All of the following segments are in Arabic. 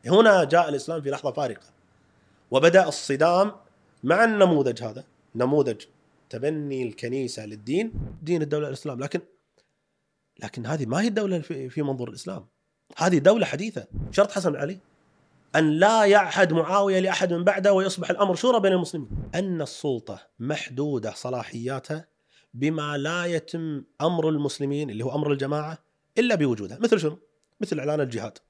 هنا جاء الإسلام في لحظة فارقة، وبدأ الصدام مع النموذج هذا، نموذج تبني الكنيسة للدين، دين الدولة الإسلام. لكن هذه ما هي الدولة في منظور الإسلام، هذه دولة حديثة. شرط حسن علي أن لا يعهد معاوية لأحد من بعده ويصبح الأمر شورى بين المسلمين، أن السلطة محدودة صلاحياتها بما لا يتم أمر المسلمين اللي هو أمر الجماعة إلا بوجودها. مثل شنو؟ مثل إعلان الجهاد.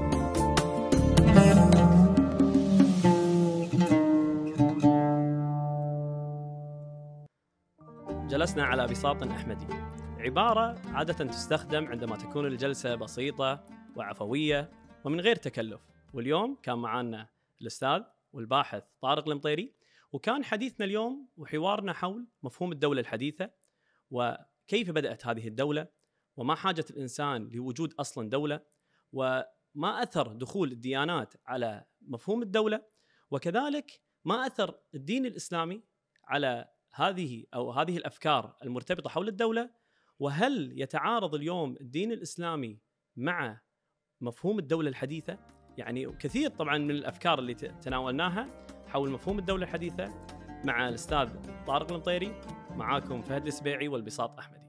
جلسنا على بساط أحمدي، عبارة عادة تستخدم عندما تكون الجلسة بسيطة وعفوية ومن غير تكلف. واليوم كان معنا الأستاذ والباحث طارق المطيري، وكان حديثنا اليوم وحوارنا حول مفهوم الدولة الحديثة، وكيف بدأت هذه الدولة، وما حاجة الإنسان لوجود أصلا دولة، وما أثر دخول الديانات على مفهوم الدولة، وكذلك ما أثر الدين الإسلامي على هذه الأفكار المرتبطة حول الدولة، وهل يتعارض اليوم الدين الإسلامي مع مفهوم الدولة الحديثة. يعني كثير طبعا من الأفكار اللي تناولناها حول مفهوم الدولة الحديثة مع الأستاذ طارق المطيري. معاكم فهد السبيعي والبساط أحمدي.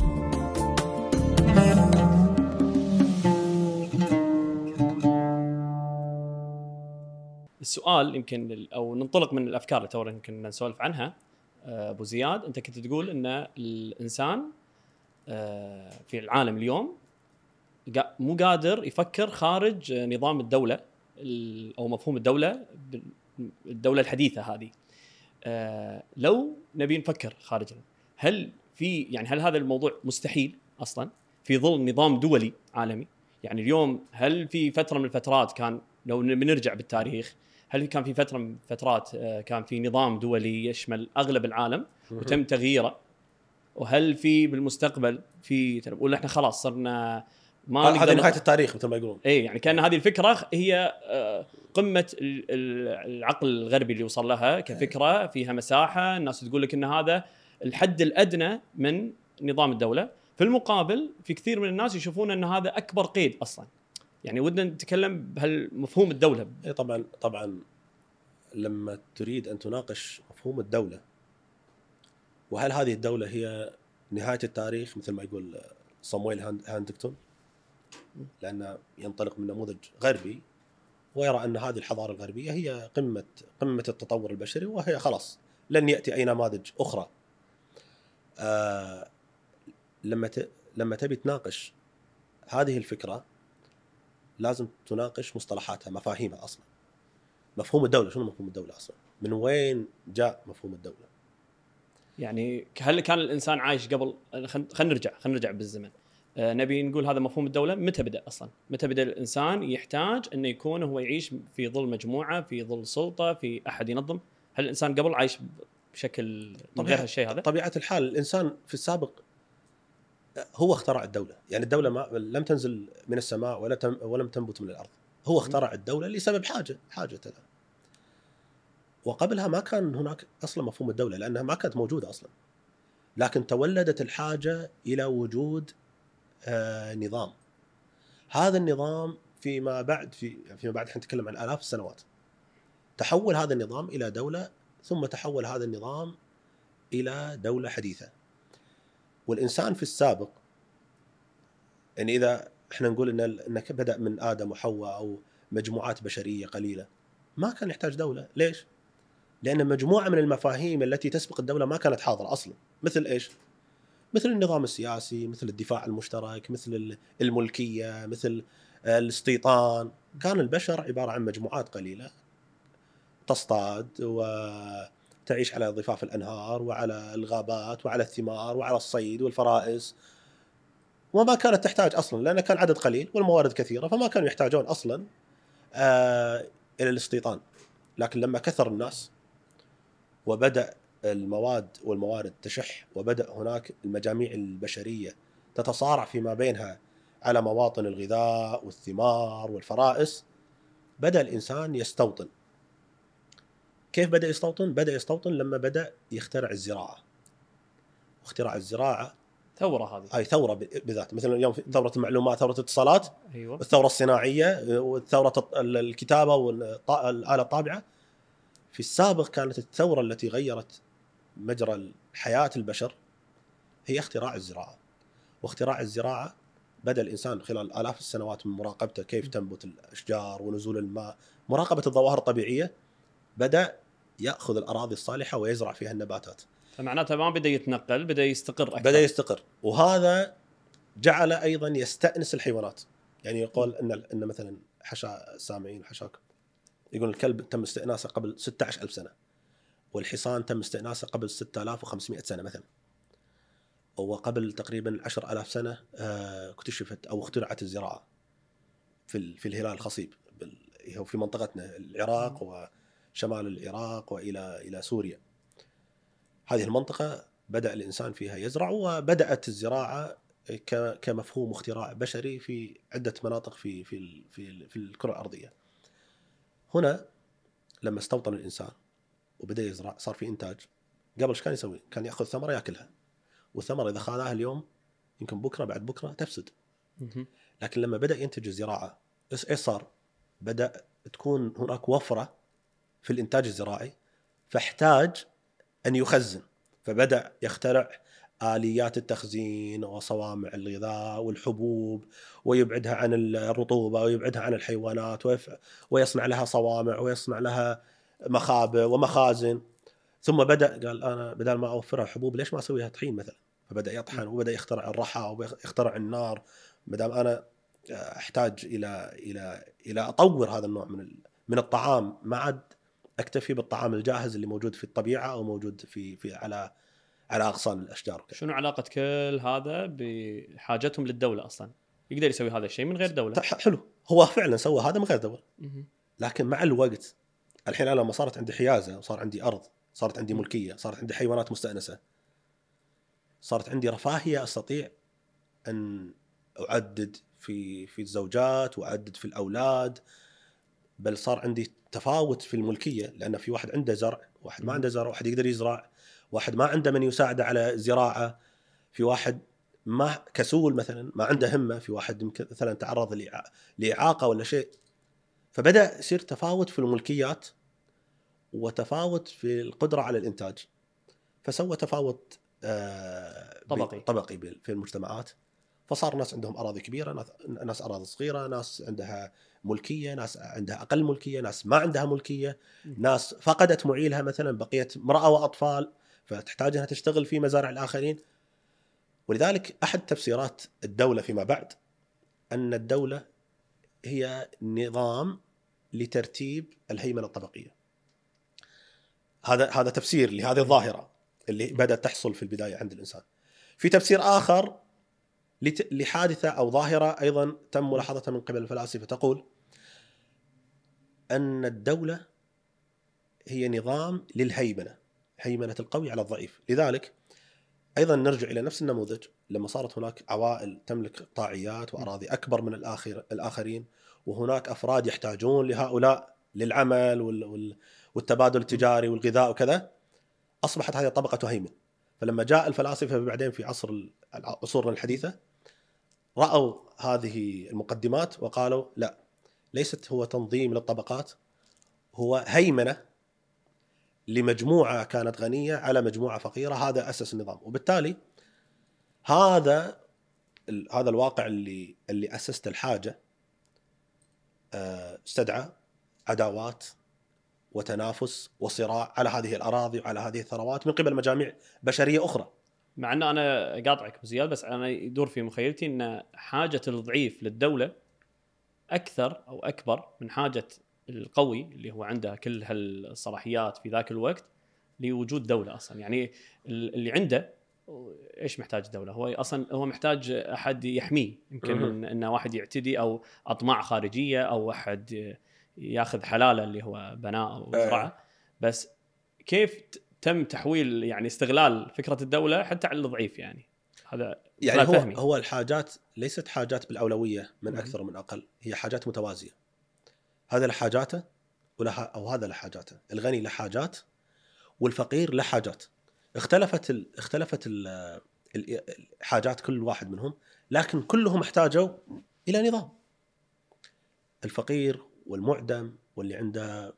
السؤال يمكن أو ننطلق من الأفكار اللي تونا يمكن نسولف عنها. أبو زياد، أنت كنت تقول أن الإنسان في العالم اليوم مو قادر يفكر خارج نظام الدولة أو مفهوم الدولة الحديثة هذه. لو نبي نفكر خارج، هل هذا الموضوع مستحيل أصلا في ظل نظام دولي عالمي؟ يعني اليوم هل في فترة من الفترات كان، لو بنرجع بالتاريخ، هل كان في فترة من فترات كان في نظام دولي يشمل أغلب العالم وتم تغييره؟ وهل في بالمستقبل ولا احنا خلاص صرنا ما هذه نهاية التاريخ مثل ما يقولون؟ يعني كان هذه الفكرة هي قمة العقل الغربي اللي وصل لها كفكرة فيها مساحة. الناس تقول لك إن هذا الحد الأدنى من نظام الدولة. في المقابل في كثير من الناس يشوفون أن هذا أكبر قيد أصلا. يعني ودنا نتكلم بهالمفهوم الدولة. طبعا لما تريد أن تناقش مفهوم الدولة، وهل هذه الدولة هي نهاية التاريخ مثل ما يقول صامويل هانتنغتون، لأنه ينطلق من نموذج غربي ويرى أن هذه الحضارة الغربية هي قمة التطور البشري، وهي خلاص لن يأتي أي نماذج أخرى. لما تبي تناقش هذه الفكرة لازم تناقش مصطلحاتها، مفاهيمها أصلا. مفهوم الدولة، شنو مفهوم الدولة أصلا؟ من وين جاء مفهوم الدولة؟ يعني هل كان الإنسان عايش قبل؟ خلينا نرجع بالزمن. نبي نقول هذا مفهوم الدولة متى بدأ أصلا؟ متى بدأ الإنسان يحتاج أنه يكون هو يعيش في ظل مجموعة، في ظل سلطة، في أحد ينظم؟ هل الإنسان قبل عايش بشكل غير هالشيء هذا؟ طبيعة الحال الإنسان في السابق هو اخترع الدولة. يعني الدولة لم تنزل من السماء ولم تنبت من الأرض. هو اخترع الدولة لسبب حاجة له. وقبلها ما كان هناك أصلا مفهوم الدولة، لأنها ما كانت موجودة أصلا. لكن تولدت الحاجة إلى وجود نظام. هذا النظام فيما بعد احنا نتكلم عن آلاف السنوات، تحول هذا النظام إلى دولة، ثم تحول هذا النظام إلى دولة حديثة. والإنسان في السابق، يعني إذا احنا نقول إنك بدأ من آدم وحواء أو مجموعات بشرية قليلة، ما كان يحتاج دولة. ليش؟ لأن مجموعة من المفاهيم التي تسبق الدولة ما كانت حاضرة أصلا. مثل إيش؟ مثل النظام السياسي، مثل الدفاع المشترك، مثل الملكية، مثل الاستيطان. كان البشر عبارة عن مجموعات قليلة تصطاد وتعيش على ضفاف الأنهار وعلى الغابات وعلى الثمار وعلى الصيد والفرائس، وما كانت تحتاج أصلا، لأن كان عدد قليل والموارد كثيرة، فما كانوا يحتاجون أصلا إلى الاستيطان. لكن لما كثر الناس وبدأ المواد والموارد تشح، وبدأ هناك المجاميع البشرية تتصارع فيما بينها على مواطن الغذاء والثمار والفرائس، بدأ الإنسان يستوطن. كيف بدأ يستوطن؟ بدأ يستوطن لما بدأ يخترع الزراعة. واختراع الزراعة ثوره هذه. هاي ثوره بذات، مثلا اليوم في ثوره المعلومات، ثوره الاتصالات، ايوه الثوره الصناعيه، والثوره الكتابه والاله الطابعه. في السابق كانت الثوره التي غيرت مجرى حياه البشر هي اختراع الزراعه. واختراع الزراعه بدا الانسان خلال الاف السنوات من مراقبته كيف تنبت الاشجار ونزول الماء، مراقبه الظواهر الطبيعيه، بدا ياخذ الاراضي الصالحه ويزرع فيها النباتات. فمعناته ما بدا يتنقل، بدا يستقر اكثر. بدا يستقر، وهذا جعل ايضا يستانس الحيوانات. يعني يقول ان مثلا حشا السامعين حشاكم يقول الكلب تم استئناسه قبل 16,000 سنه، والحصان تم استئناسه قبل 6500 سنه مثلا، وقبل تقريبا 10,000 سنه اكتشفت او اخترعت الزراعه في الهلال الخصيب، هو في منطقتنا العراق وشمال العراق والى سوريا. هذه المنطقه بدا الانسان فيها يزرع، وبدات الزراعه كمفهوم اختراع بشري في عده مناطق في الكره الارضيه. هنا لما استوطن الانسان وبدا يزرع صار في انتاج. قبل ايش كان يسوي؟ كان ياخذ ثمره ياكلها، والثمره اذا خذاها اليوم يمكن بكره بعد بكره تفسد. لكن لما بدا ينتج الزراعه ايش صار؟ بدا تكون هناك وفره في الانتاج الزراعي، فاحتاج ان يخزن، فبدا يخترع آليات التخزين وصوامع الغذاء والحبوب، ويبعدها عن الرطوبة ويبعدها عن الحيوانات، ويصنع لها صوامع ويصنع لها مخابئ ومخازن. ثم بدأ قال أنا بدل ما أوفرها حبوب ليش ما أسويها طحين مثلا؟ فبدأ يطحن وبدأ يخترع الرحى ويخترع النار. مدام أنا أحتاج إلى أطور هذا النوع من الطعام، ما عاد أكتفي بالطعام الجاهز اللي موجود في الطبيعة أو موجود في على أغصان الأشجار. شنو علاقة كل هذا بحاجتهم للدولة أصلا؟ يقدر يسوي هذا الشيء من غير دولة. حلو، هو فعلا سوى هذا من غير دولة. لكن مع الوقت الحين أنا لما صارت عندي حيازة وصار عندي أرض، صارت عندي ملكية، صارت عندي حيوانات مستأنسة، صارت عندي رفاهية أستطيع أن أعدد في الزوجات وأعدد في الأولاد، بل صار عندي تفاوت في الملكية، لأن في واحد عنده زرع، واحد ما عنده زرع، واحد يقدر يزرع، واحد ما عنده من يساعده على الزراعة، في واحد ما كسول مثلا ما عنده همة، في واحد مثلا تعرض لإعاقة ولا شيء. فبدأ يصير تفاوت في الملكيات وتفاوت في القدرة على الإنتاج، فسوى تفاوت طبقي في المجتمعات. فصار ناس عندهم أراضي كبيرة، ناس أراضي صغيرة، ناس عندها ملكية، ناس عندها أقل ملكية، ناس ما عندها ملكية، ناس فقدت معيلها مثلا، بقيت امرأة وأطفال فتحتاج أنها تشتغل في مزارع الآخرين. ولذلك أحد تفسيرات الدولة فيما بعد أن الدولة هي نظام لترتيب الهيمنة الطبقية. هذا تفسير لهذه الظاهرة اللي بدأت تحصل في البداية عند الإنسان. في تفسير آخر لحادثة أو ظاهرة أيضا تم ملاحظتها من قبل الفلاسفة، تقول أن الدولة هي نظام للهيمنة، هيمنة القوي على الضعيف. لذلك أيضا نرجع إلى نفس النموذج لما صارت هناك عوائل تملك قطاعيات وأراضي أكبر من الآخرين، وهناك أفراد يحتاجون لهؤلاء للعمل والتبادل التجاري والغذاء وكذا، أصبحت هذه الطبقة تهيمن. فلما جاء الفلاسفة بعدين في عصورنا الحديثة رأوا هذه المقدمات وقالوا لا، ليست هو تنظيم للطبقات، هو هيمنة لمجموعة كانت غنية على مجموعة فقيرة، هذا أسس النظام. وبالتالي هذا الواقع اللي أسست الحاجة استدعى عداوات وتنافس وصراع على هذه الأراضي وعلى هذه الثروات من قبل مجاميع بشرية أخرى. مع أن أنا قاطعك بزيادة، بس أنا يدور في مخيلتي أن حاجة الضعيف للدولة أكثر أو أكبر من حاجة القوي اللي هو عنده كل هالصلاحيات في ذاك الوقت لوجود دولة أصلا. يعني اللي عنده إيش محتاج دولة؟ هو أصلا هو محتاج أحد يحميه، يمكن إن واحد يعتدي أو أطماع خارجية أو أحد ياخذ حلاله اللي هو بناء أو زراعة. بس كيف تم تحويل يعني استغلال فكرة الدولة حتى على الضعيف؟ يعني هذا يعني هو الحاجات ليست حاجات بالأولوية من أكثر ومن أقل، هي حاجات متوازية. هذا لحاجاته أو هذا لحاجاته، الغني لحاجات والفقير لحاجات. اختلفت حاجات كل واحد منهم، لكن كلهم احتاجوا إلى نظام. الفقير والمعدم واللي عنده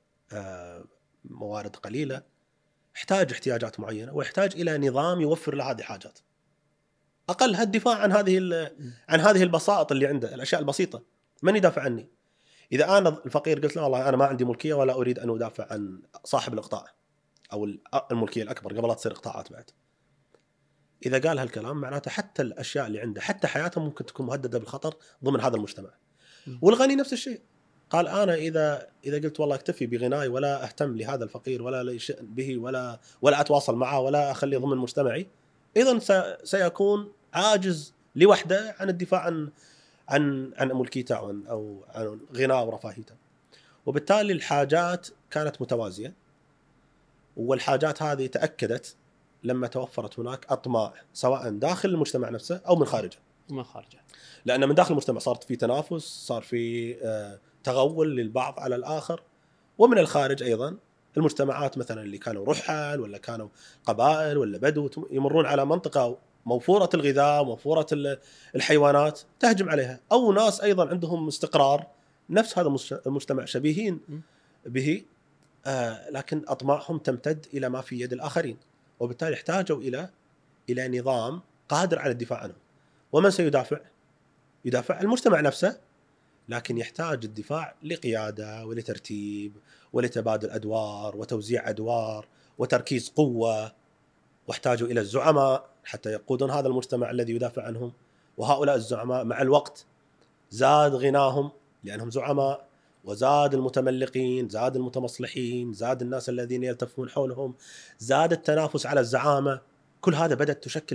موارد قليلة يحتاج احتياجات معينة، ويحتاج إلى نظام يوفر له هذه الحاجات. أقلها الدفاع عن هذه البساطة اللي عنده، الأشياء البسيطة. من يدافع عني؟ إذا أنا الفقير قلت له والله أنا ما عندي ملكية ولا أريد أن أدافع عن صاحب الإقطاع أو الملكية الأكبر قبل لا تصير إقطاعات بعد، إذا قال هالكلام معناته حتى الأشياء اللي عنده، حتى حياته ممكن تكون مهددة بالخطر ضمن هذا المجتمع. والغني نفس الشيء، قال أنا إذا قلت والله اكتفي بغناي ولا أهتم لهذا الفقير ولا لي شأن به ولا أتواصل معه ولا أخليه ضمن مجتمعي، إذن سيكون عاجز لوحده عن الدفاع عن ملكيته أو عن غناه ورفاهيته. وبالتالي الحاجات كانت متوازية، والحاجات هذه تأكدت لما توفرت هناك أطماع سواء داخل المجتمع نفسه أو من خارجه. لأن من داخل المجتمع صارت في تنافس، صار في تغول للبعض على الآخر، ومن الخارج أيضا المجتمعات مثلا اللي كانوا رحل ولا كانوا قبائل ولا بدو يمرون على منطقة موفورة الغذاء موفورة الحيوانات تهجم عليها، أو ناس أيضا عندهم استقرار نفس هذا المجتمع شبيهين به، لكن أطماعهم تمتد إلى ما في يد الآخرين، وبالتالي احتاجوا إلى نظام قادر على الدفاع عنهم. ومن سيدافع؟ يدافع المجتمع نفسه، لكن يحتاج الدفاع لقيادة ولترتيب ولتبادل أدوار وتوزيع أدوار وتركيز قوة، واحتاجوا إلى الزعماء حتى يقودون هذا المجتمع الذي يدافع عنهم. وهؤلاء الزعماء مع الوقت زاد غناهم لأنهم زعماء، وزاد المتملقين، زاد المتمصلحين، زاد الناس الذين يلتفون حولهم، زاد التنافس على الزعامة. كل هذا بدأت تشكل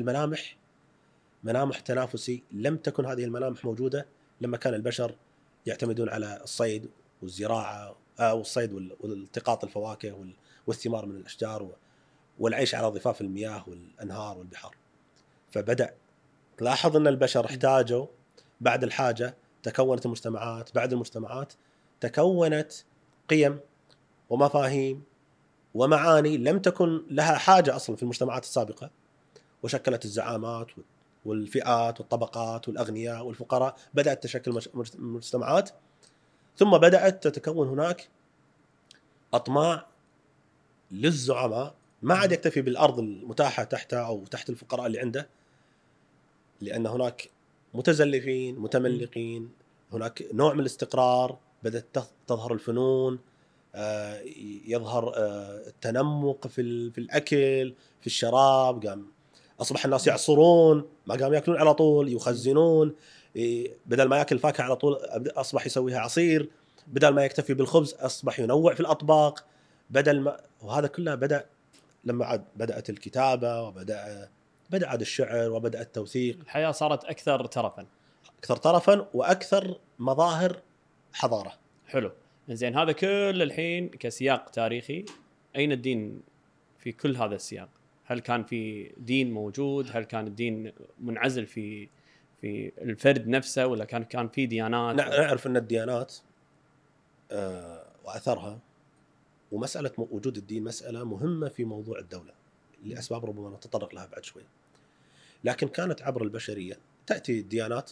ملامح تنافسي لم تكن هذه الملامح موجودة لما كان البشر يعتمدون على الصيد والزراعة أو الصيد والالتقاط الفواكه والثمار من الأشجار والعيش على ضفاف المياه والأنهار والبحار. فبدأ تلاحظ أن البشر احتاجوا بعد الحاجة، تكونت المجتمعات، بعد المجتمعات تكونت قيم ومفاهيم ومعاني لم تكن لها حاجة أصلا في المجتمعات السابقة، وشكلت الزعامات والفئات والطبقات والأغنياء والفقراء، بدأت تشكل مجتمعات. ثم بدأت تتكون هناك أطماع للزعماء، ما عاد يكتفي بالأرض المتاحة تحته أو تحت الفقراء اللي عنده، لأن هناك متزلفين متملقين، هناك نوع من الاستقرار، بدأت تظهر الفنون، يظهر التنمق في الأكل في الشراب، قام أصبح الناس يعصرون، ما قام يأكلون على طول، يخزنون، بدل ما يأكل فاكهة على طول أصبح يسويها عصير، بدل ما يكتفي بالخبز أصبح ينوع في الأطباق، وهذا كله بدأ لما بدأت الكتابة وبدأ عاد الشعر وبدأ التوثيق. الحياة صارت أكثر طرفاً وأكثر مظاهر حضارة. حلو. زين، هذا كل الحين كسياق تاريخي، أين الدين في كل هذا السياق؟ هل كان في دين موجود؟ هل كان الدين منعزل في الفرد نفسه، ولا كان في ديانات؟ نعرف أن الديانات وأثرها ومسألة وجود الدين مسألة مهمة في موضوع الدولة لأسباب ربما نتطرق لها بعد شوي. لكن كانت عبر البشرية تأتي الديانات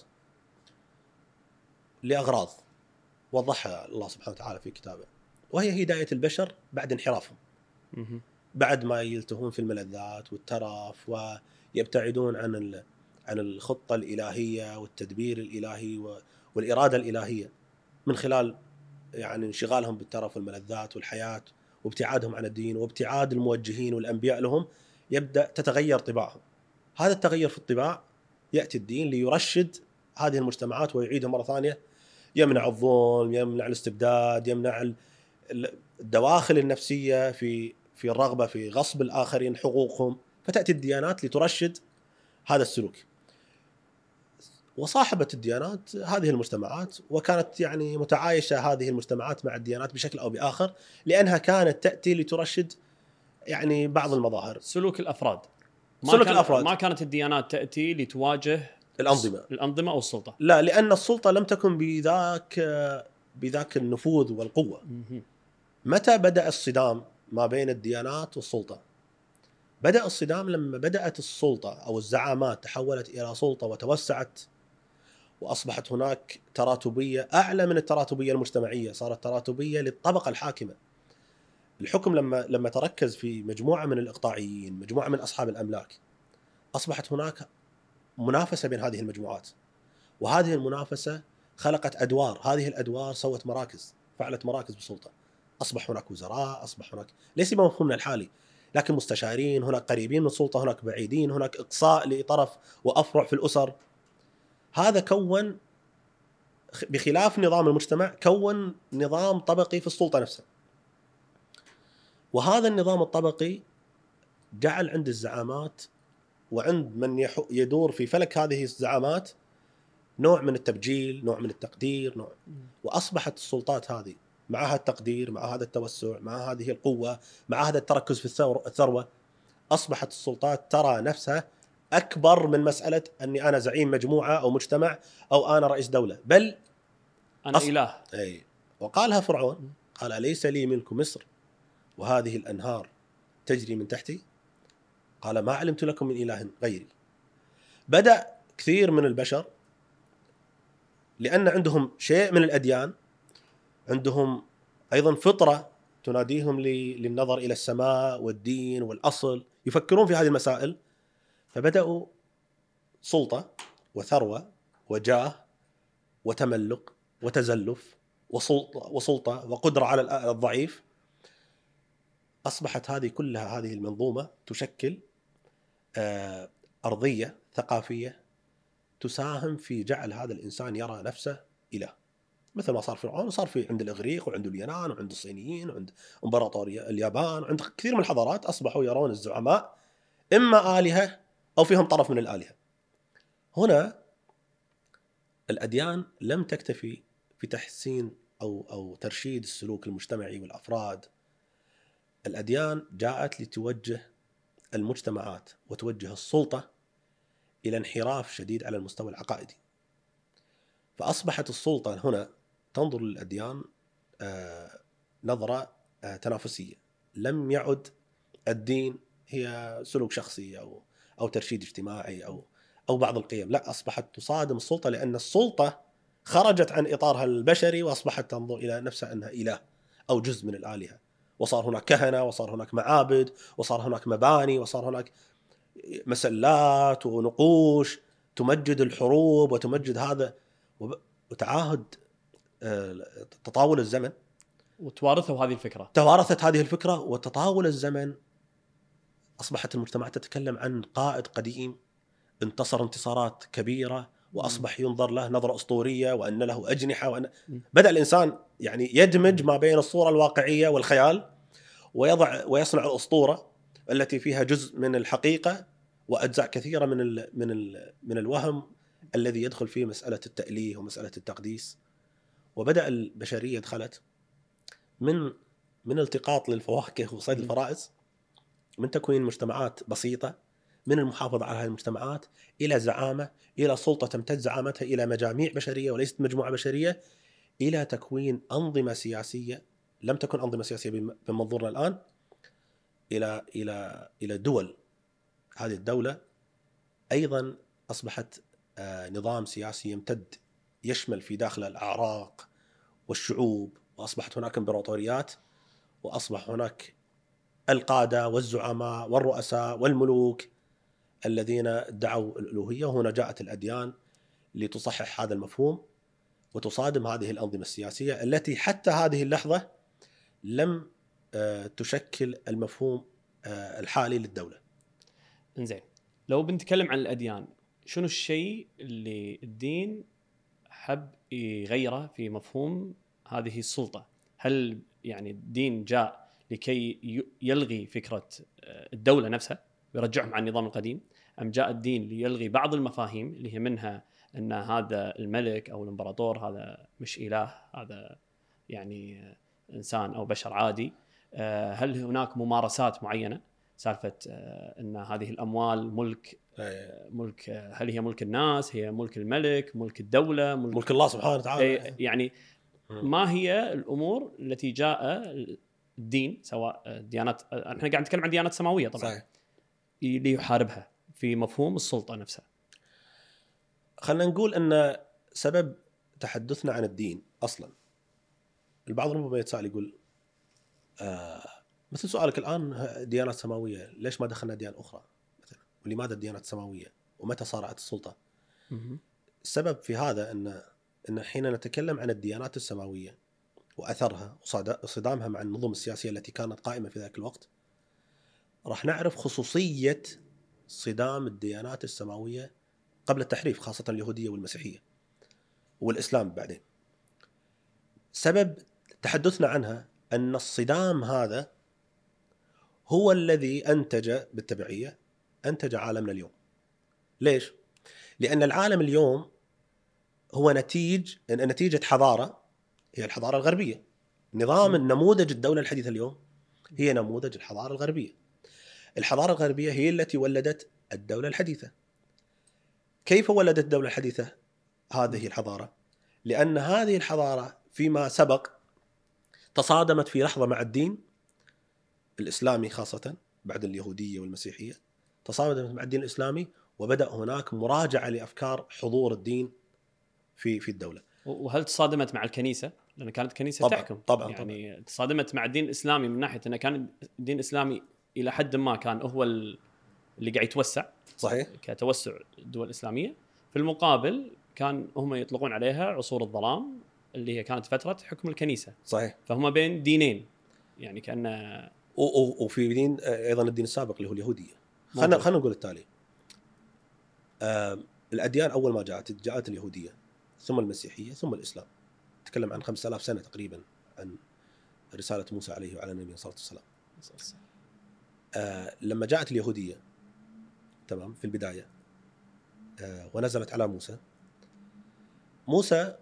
لأغراض وضحها الله سبحانه وتعالى في كتابه، وهي هداية البشر بعد انحرافهم، بعد ما يلتهون في الملذات والترف ويبتعدون عن الخطة الإلهية والتدبير الإلهي والإرادة الإلهية، من خلال يعني انشغالهم بالترف والملذات والحياة وابتعادهم عن الدين وابتعاد الموجهين والأنبياء لهم، يبدأ تتغير طباعهم. هذا التغير في الطباع يأتي الدين ليرشد هذه المجتمعات ويعيدها مرة ثانية، يمنع الظلم، يمنع الاستبداد، يمنع الدواخل النفسية في الرغبة في غصب الآخرين حقوقهم. فتأتي الديانات لترشد هذا السلوك. وصاحبت الديانات هذه المجتمعات، وكانت يعني متعايشة هذه المجتمعات مع الديانات بشكل أو بآخر، لأنها كانت تأتي لترشد يعني بعض المظاهر، سلوك الأفراد. ما كانت الديانات تأتي لتواجه الأنظمة أو السلطة، لا، لأن السلطة لم تكن بذاك النفوذ والقوة. متى بدأ الصدام ما بين الديانات والسلطة؟ بدأ الصدام لما بدأت السلطة أو الزعامات تحولت إلى سلطة وتوسعت، وأصبحت هناك تراتبية أعلى من التراتبية المجتمعية، صارت تراتبية للطبقة الحاكمة. الحكم لما تركز في مجموعة من الإقطاعيين، مجموعة من أصحاب الأملاك، أصبحت هناك منافسة بين هذه المجموعات، وهذه المنافسة خلقت أدوار، هذه الأدوار سوت مراكز، فعلت مراكز بالسلطة. أصبح هناك وزراء، أصبح هناك ليس بمفهومنا الحالي لكن مستشارين، هناك قريبين من السلطة، هناك بعيدين، هناك إقصاء لطرف وأفرع في الأسر. هذا كون بخلاف نظام المجتمع، كون نظام طبقي في السلطة نفسها. وهذا النظام الطبقي جعل عند الزعامات وعند من يدور في فلك هذه الزعامات نوع من التبجيل، نوع من التقدير، وأصبحت السلطات هذه مع التقدير، مع هذا التوسع، مع هذه القوة، مع هذا التركز في الثروة، أصبحت السلطات ترى نفسها أكبر من مسألة أني أنا زعيم مجموعة أو مجتمع أو أنا رئيس دولة، بل أنا إله. أي. وقالها فرعون، قال أليس لي ملك مصر وهذه الأنهار تجري من تحتي، قال ما علمت لكم من إله غيري. بدأ كثير من البشر لأن عندهم شيء من الأديان، عندهم أيضا فطرة تناديهم للنظر إلى السماء والدين والأصل، يفكرون في هذه المسائل، فبدأوا سلطة وثروة وجاه وتملق وتزلف وسلطة وقدرة على الضعيف. أصبحت هذه كلها، هذه المنظومة تشكل أرضية ثقافية تساهم في جعل هذا الإنسان يرى نفسه إله، مثل ما صار فرعون، وصار في عند الإغريق وعند اليونان وعند الصينيين وعند إمبراطورية اليابان، عند كثير من الحضارات أصبحوا يرون الزعماء إما آلهة أو فيهم طرف من الآلهة. هنا الأديان لم تكتفي في تحسين أو ترشيد السلوك المجتمعي والأفراد. الأديان جاءت لتوجه المجتمعات وتوجه السلطة إلى انحراف شديد على المستوى العقائدي. فأصبحت السلطة هنا تنظر للأديان نظرة تنافسية، لم يعد الدين هي سلوك شخصي أو ترشيد اجتماعي أو بعض القيم، لا، أصبحت تصادم السلطة لأن السلطة خرجت عن إطارها البشري وأصبحت تنظر إلى نفسها أنها إله أو جزء من الآلهة، وصار هناك كهنة، وصار هناك معابد، وصار هناك مباني، وصار هناك مسلات ونقوش تمجد الحروب وتمجد هذا، وتعاهد تطاول الزمن وتوارثوا هذه الفكرة، توارثت هذه الفكرة، وتطاول الزمن أصبحت المجتمعات تتكلم عن قائد قديم انتصر انتصارات كبيرة وأصبح ينظر له نظرة أسطورية وأن له أجنحة، وأن بدأ الإنسان يعني يدمج ما بين الصورة الواقعية والخيال ويصنع الأسطورة التي فيها جزء من الحقيقة وأجزاء كثيرة من الوهم الذي يدخل فيه مسألة التأليه ومسألة التقديس. وبدأ البشرية دخلت من التقاط للفواكه وصيد الفرائس، من تكوين مجتمعات بسيطة، من المحافظة على هذه المجتمعات، إلى زعامة، إلى سلطة تمتد زعامتها إلى مجاميع بشرية وليست مجموعة بشرية، إلى تكوين أنظمة سياسية لم تكن أنظمة سياسية بمنظورنا الآن، إلى دول. هذه الدولة أيضا أصبحت نظام سياسي يمتد يشمل في داخل الأعراق والشعوب، وأصبحت هناك إمبراطوريات، وأصبح هناك القادة والزعماء والرؤساء والملوك الذين ادعوا الألوهية. وهنا جاءت الأديان لتصحح هذا المفهوم وتصادم هذه الأنظمة السياسية التي حتى هذه اللحظة لم تشكل المفهوم الحالي للدولة. إنزين، لو بنتكلم عن الأديان، شنو الشيء اللي الدين حب يغيره في مفهوم هذه السلطة؟ هل يعني الدين جاء لكي يلغي فكرة الدولة نفسها ويرجعهم عن النظام القديم، أم جاء الدين ليلغي بعض المفاهيم اللي هي منها أن هذا الملك أو الإمبراطور هذا مش إله، هذا يعني إنسان أو بشر عادي؟ هل هناك ممارسات معينة، سالفة أن هذه الأموال ملك هل هي ملك الناس، هي ملك الملك، ملك الدولة، ملك الله سبحانه وتعالى؟ يعني ما هي الأمور التي جاء الدين، سواء ديانات، احنا قاعد نتكلم عن ديانات سماوية طبعا، صحيح. ليحاربها في مفهوم السلطة نفسها؟ خلينا نقول أن سبب تحدثنا عن الدين أصلا، البعض ربما يتساءل يقول مثل سؤالك الآن ديانات سماوية، ليش ما دخلنا ديانة أخرى مثلا؟ ولماذا الديانات السماوية؟ ومتى صارت السلطة؟ السبب في هذا أن حين نتكلم عن الديانات السماوية وأثرها وصدامها مع النظم السياسية التي كانت قائمة في ذاك الوقت، راح نعرف خصوصية صدام الديانات السماوية قبل التحريف، خاصة اليهودية والمسيحية والإسلام بعدين. سبب تحدثنا عنها أن الصدام هذا هو الذي أنتج بالتبعية أنتج عالمنا اليوم. ليش؟ لأن العالم اليوم هو نتيجة حضارة، هي الحضارة الغربية. نظام النموذج الدولة الحديثة اليوم هي نموذج الحضارة الغربية. الحضارة الغربية هي التي ولدت الدولة الحديثة. كيف ولدت الدولة الحديثة هذه الحضارة؟ لأن هذه الحضارة فيما سبق تصادمت في لحظة مع الدين الإسلامي، خاصة بعد اليهودية والمسيحية تصادمت مع الدين الإسلامي، وبدأ هناك مراجعة لأفكار حضور الدين في الدولة. وهل تصادمت مع الكنيسة؟ لأن كانت الكنيسة تحكم طبعا يعني طبعا. تصادمت مع الدين الإسلامي من ناحية أنه كان الدين الإسلامي إلى حد ما كان هو اللي قاعد يتوسع، صحيح، كتوسع الدول الإسلامية. في المقابل كان هم يطلقون عليها عصور الظلام اللي هي كانت فترة حكم الكنيسة. صحيح. فهم بين دينين يعني كأنه وفي دين أيضا الدين السابق اللي هو اليهودية. خلنا نقول التالي. الأديان أول ما جاءت اليهودية ثم المسيحية ثم الإسلام. تكلم عن 5000 سنة تقريبا عن رسالة موسى عليه وعلى النبي صلى الله عليه وسلم. لما جاءت اليهودية تمام في البداية ونزلت على موسى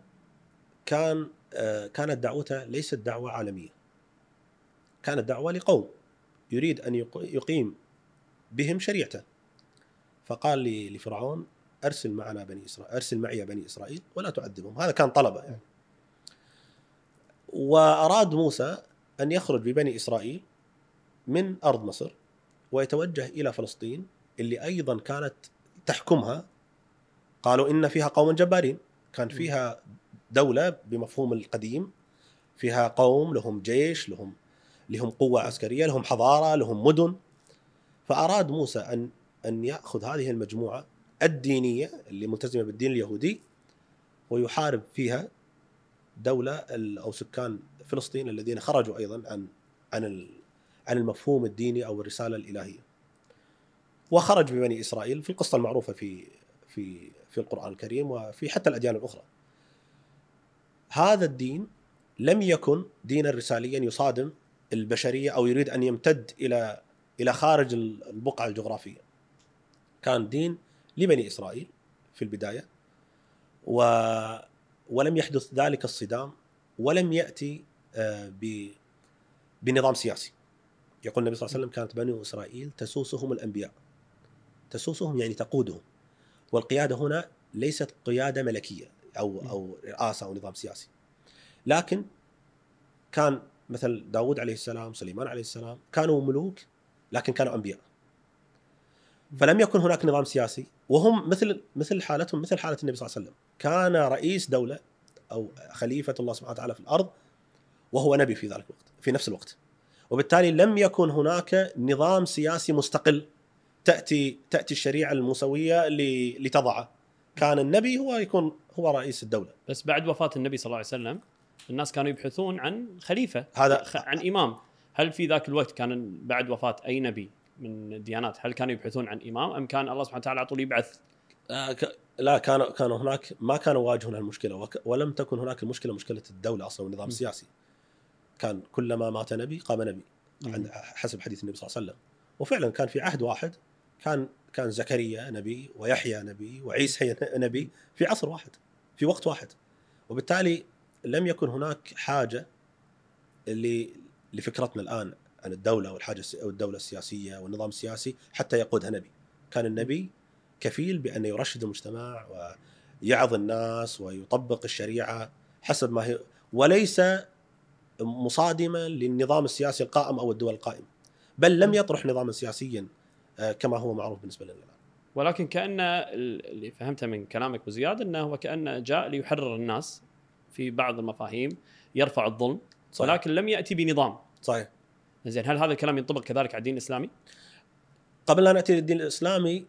كانت دعوته ليست دعوة عالمية، كانت دعوة لقوم يريد أن يقيم بهم شريعته. فقال لفرعون أرسل معي بني إسرائيل ولا تعذبهم. هذا كان طلبه يعني. وأراد موسى أن يخرج ببني إسرائيل من أرض مصر ويتوجه إلى فلسطين اللي أيضا كانت تحكمها، قالوا إن فيها قوم جبارين، كان فيها دولة بمفهوم القديم، فيها قوم لهم جيش، لهم قوة عسكرية، لهم حضارة، لهم مدن. فأراد موسى أن يأخذ هذه المجموعة الدينية اللي ملتزمة بالدين اليهودي ويحارب فيها دولة أو سكان فلسطين الذين خرجوا أيضا عن المفهوم الديني أو الرسالة الإلهية. وخرج ببني إسرائيل في القصة المعروفة في القرآن الكريم وفي حتى الأديان الأخرى. هذا الدين لم يكن دينا رساليا يصادم البشرية أو يريد أن يمتد إلى خارج البقعة الجغرافية. كان دين لبني إسرائيل في البداية، ولم يحدث ذلك الصدام، ولم يأتي بنظام سياسي. يقول النبي صلى الله عليه وسلم كانت بني إسرائيل تسوسهم الأنبياء. تسوسهم يعني تقودهم، والقيادة هنا ليست قيادة ملكية أو رئاسة أو نظام سياسي، لكن كان مثل داود عليه السلام، سليمان عليه السلام، كانوا ملوك لكن كانوا أنبياء. فلم يكن هناك نظام سياسي، وهم مثل حالتهم مثل حالة النبي صلى الله عليه وسلم، كان رئيس دولة أو خليفة الله سبحانه وتعالى في الأرض وهو نبي في ذلك الوقت في نفس الوقت. وبالتالي لم يكن هناك نظام سياسي مستقل تأتي الشريعة الموسوية لتضعه. كان النبي هو رئيس الدولة. بس بعد وفاة النبي صلى الله عليه وسلم الناس كانوا يبحثون عن خليفة، عن إمام. هل في ذاك الوقت كان بعد وفاة أي نبي من الديانات هل كانوا يبحثون عن إمام أم كان الله سبحانه وتعالى على طول يبعث؟ لا، كانوا هناك، ما كانوا واجهون المشكلة، ولم تكن هناك المشكلة مشكلة الدولة أصلا والنظام السياسي. كان كلما مات نبي قام نبي حسب حديث النبي صلى الله عليه وسلم. وفعلا كان في عهد واحد كان زكريا نبي ويحيى نبي وعيسى نبي في عصر واحد في وقت واحد. وبالتالي لم يكن هناك حاجة لفكرتنا الآن عن الدولة والحاجة أو الدولة السياسية والنظام السياسي حتى يقودها نبي. كان النبي كفيل بأن يرشد المجتمع ويعظ الناس ويطبق الشريعة حسب ما هي، وليس مصادما للنظام السياسي القائم أو الدول القائمة. بل لم يطرح نظاما سياسيا كما هو معروف بالنسبه لنا. ولكن كأن اللي فهمته من كلامك بزياد انه هو كأنه جاء ليحرر الناس في بعض المفاهيم، يرفع الظلم. صحيح. ولكن لم يأتي بنظام. صحيح. زين، هل هذا الكلام ينطبق كذلك على الدين الإسلامي؟ قبل لا نأتي للدين الإسلامي،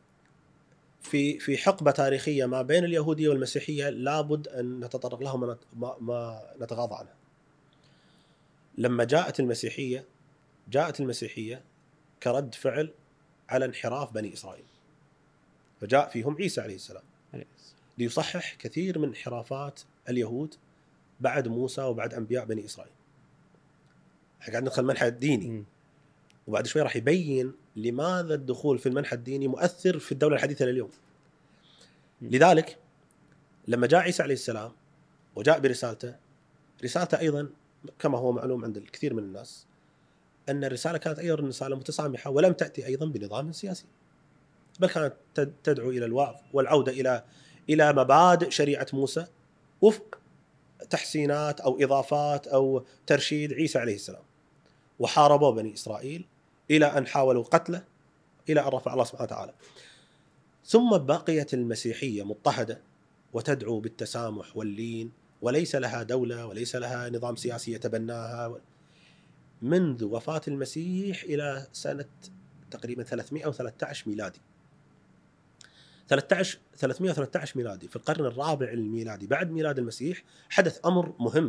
في حقبة تاريخية ما بين اليهودية والمسيحية لابد أن نتطرق لها ما نتغاضى عنها. لما جاءت المسيحية كرد فعل على انحراف بني إسرائيل، فجاء فيهم عيسى عليه السلام ليصحح كثير من انحرافات اليهود بعد موسى وبعد أنبياء بني إسرائيل. قاعد ندخل المنحى الديني، وبعد شوي راح يبين لماذا الدخول في المنحى الديني مؤثر في الدولة الحديثة لليوم. لذلك لما جاء عيسى عليه السلام وجاء برسالته أيضا كما هو معلوم عند الكثير من الناس أن الرسالة كانت أيضا رسالة متسامحة، ولم تأتي أيضا بنظام سياسي، بل كانت تدعو إلى الوعظ والعودة إلى مبادئ شريعة موسى وفق تحسينات أو إضافات أو ترشيد عيسى عليه السلام. وحاربوا بني إسرائيل إلى أن حاولوا قتله، إلى أن رفع الله سبحانه وتعالى. ثم بقيت المسيحية مضطهدة وتدعو بالتسامح واللين، وليس لها دولة وليس لها نظام سياسي يتبناها منذ وفاة المسيح إلى سنة تقريبا 313 ميلادي. 313 ميلادي في القرن الرابع الميلادي بعد ميلاد المسيح حدث أمر مهم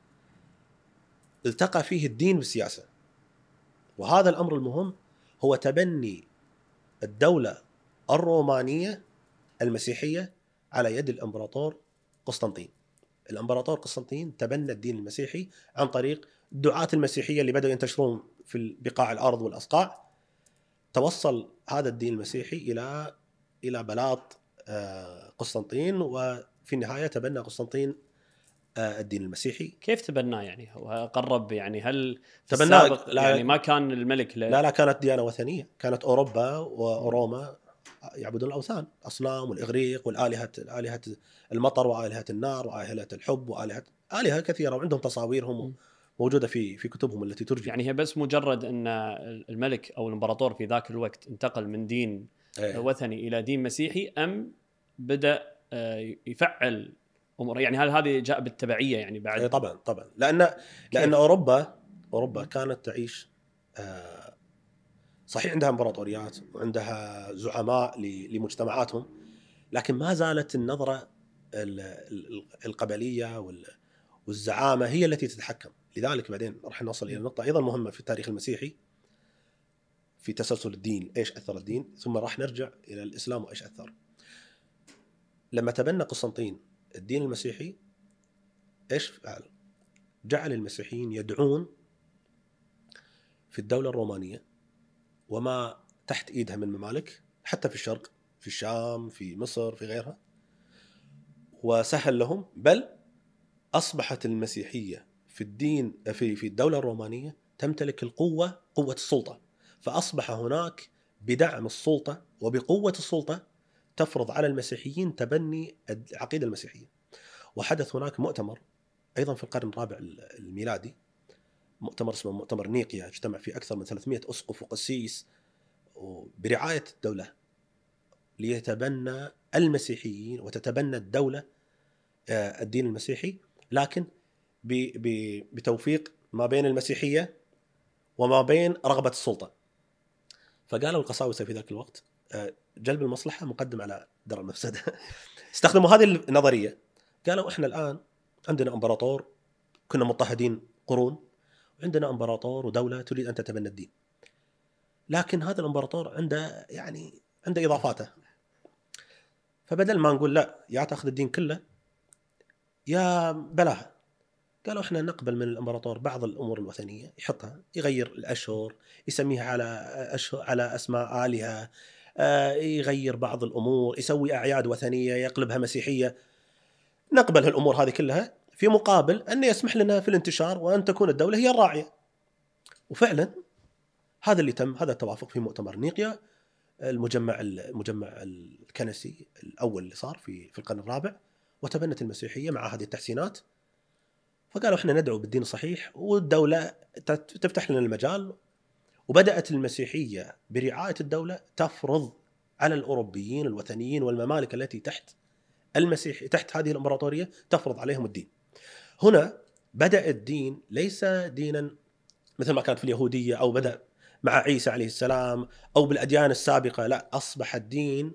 التقى فيه الدين بالسياسة، وهذا الأمر المهم هو تبني الدولة الرومانية المسيحية على يد الإمبراطور قسطنطين. الإمبراطور قسطنطين تبنى الدين المسيحي عن طريق الدعاة المسيحية اللي بدأوا ينتشرون في بقاع الأرض والأصقاع. توصل هذا الدين المسيحي إلى بلاط قسطنطين، وفي النهاية تبنى قسطنطين الدين المسيحي. كيف تبناه يعني؟ هو قرب يعني؟ هل تبناه يعني ما كان الملك لا كانت ديانة وثنية. كانت أوروبا وروما يعبدون الأوثان، أصنام والإغريق والآلهة المطر وآلهة النار وآلهة الحب آلهة كثيرة، وعندهم تصاويرهم موجودة في كتبهم التي ترجم. يعني هي بس مجرد أن الملك أو الإمبراطور في ذاك الوقت انتقل من دين وثني إلى دين مسيحي، أم بدأ يفعل أمور؟ يعني هل هذه جاء بالتبعية يعني بعد؟ طبعا لأن أوروبا كانت تعيش صحيح عندها امبراطوريات وعندها زعماء لمجتمعاتهم، لكن ما زالت النظرة القبلية والزعامة هي التي تتحكم. لذلك بعدين راح نوصل إلى نقطة أيضا مهمة في التاريخ المسيحي في تسلسل الدين، إيش أثر الدين، ثم راح نرجع إلى الإسلام وإيش أثر. لما تبنى قسطنطين الدين المسيحي إيش فعل؟ جعل المسيحيين يدعون في الدولة الرومانية وما تحت إيدها من ممالك، حتى في الشرق، في الشام، في مصر، في غيرها، وسهل لهم. بل أصبحت المسيحية في الدين في الدولة الرومانية تمتلك قوة السلطة، فأصبح هناك بدعم السلطة وبقوة السلطة تفرض على المسيحيين تبني العقيدة المسيحية. وحدث هناك مؤتمر أيضا في القرن الرابع الميلادي، مؤتمر اسمه مؤتمر نيقيا، اجتمع فيه أكثر من 300 أسقف وقسيس برعاية الدولة ليتبنى المسيحيين وتتبنى الدولة الدين المسيحي، لكن بتوفيق ما بين المسيحية وما بين رغبة السلطة. فقالوا القساوسة في ذاك الوقت جلب المصلحة مقدم على درء المفسدة. استخدموا هذه النظرية، قالوا إحنا الآن عندنا إمبراطور كنا مضطهدين قرون، وعندنا إمبراطور ودولة تريد أن تتبنى الدين، لكن هذا الإمبراطور عنده إضافاته. فبدل ما نقول لا يا تأخذ الدين كله يا بلاها، قالوا إحنا نقبل من الإمبراطور بعض الأمور الوثنية يحطها، يغير الأشهر، يسميها على أسماء آلهة، يغير بعض الأمور، يسوي أعياد وثنية يقلبها مسيحية. نقبل هالأمور هذه كلها في مقابل أن يسمح لنا في الانتشار وأن تكون الدولة هي الراعية. وفعلا هذا اللي تم، هذا التوافق في مؤتمر نيقيا، المجمع الكنسي الأول اللي صار في القرن الرابع، وتبنت المسيحية مع هذه التحسينات. فقالوا إحنا ندعو بالدين الصحيح والدولة تفتح لنا المجال وبدأت المسيحية برعاية الدولة تفرض على الأوروبيين الوثنيين والممالك التي تحت المسيح تحت هذه الإمبراطورية تفرض عليهم الدين. هنا بدأ الدين ليس دينا مثل ما كانت في اليهودية أو بدأ مع عيسى عليه السلام أو بالأديان السابقة، لا، أصبح الدين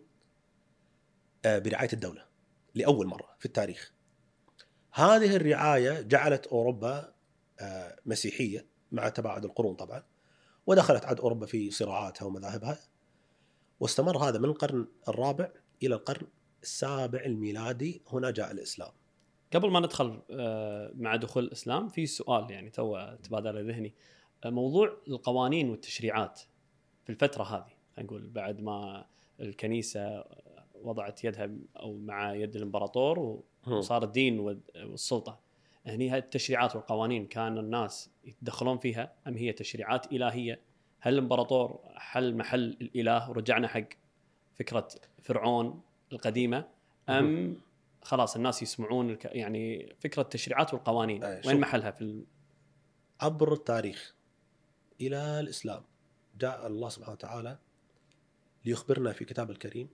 برعاية الدولة لأول مرة في التاريخ. هذه الرعاية جعلت أوروبا مسيحية مع تباعد القرون طبعا، ودخلت عاد أوروبا في صراعاتها ومذاهبها، واستمر هذا من القرن الرابع إلى القرن السابع الميلادي. هنا جاء الإسلام. قبل ما ندخل مع دخول الإسلام في سؤال يعني تو تبادر ذهني، موضوع القوانين والتشريعات في الفترة هذه، نقول بعد ما الكنيسة وضعت يدها أو مع يد الإمبراطور وصار الدين والسلطة، يعني هاي التشريعات والقوانين كان الناس يتدخلون فيها أم هي تشريعات إلهية؟ هل الإمبراطور حل محل الإله ورجعنا حق فكرة فرعون القديمة، أم خلاص الناس يسمعون يعني فكرة التشريعات والقوانين وين محلها في عبر التاريخ إلى الإسلام؟ جاء الله سبحانه وتعالى ليخبرنا في كتاب الكريم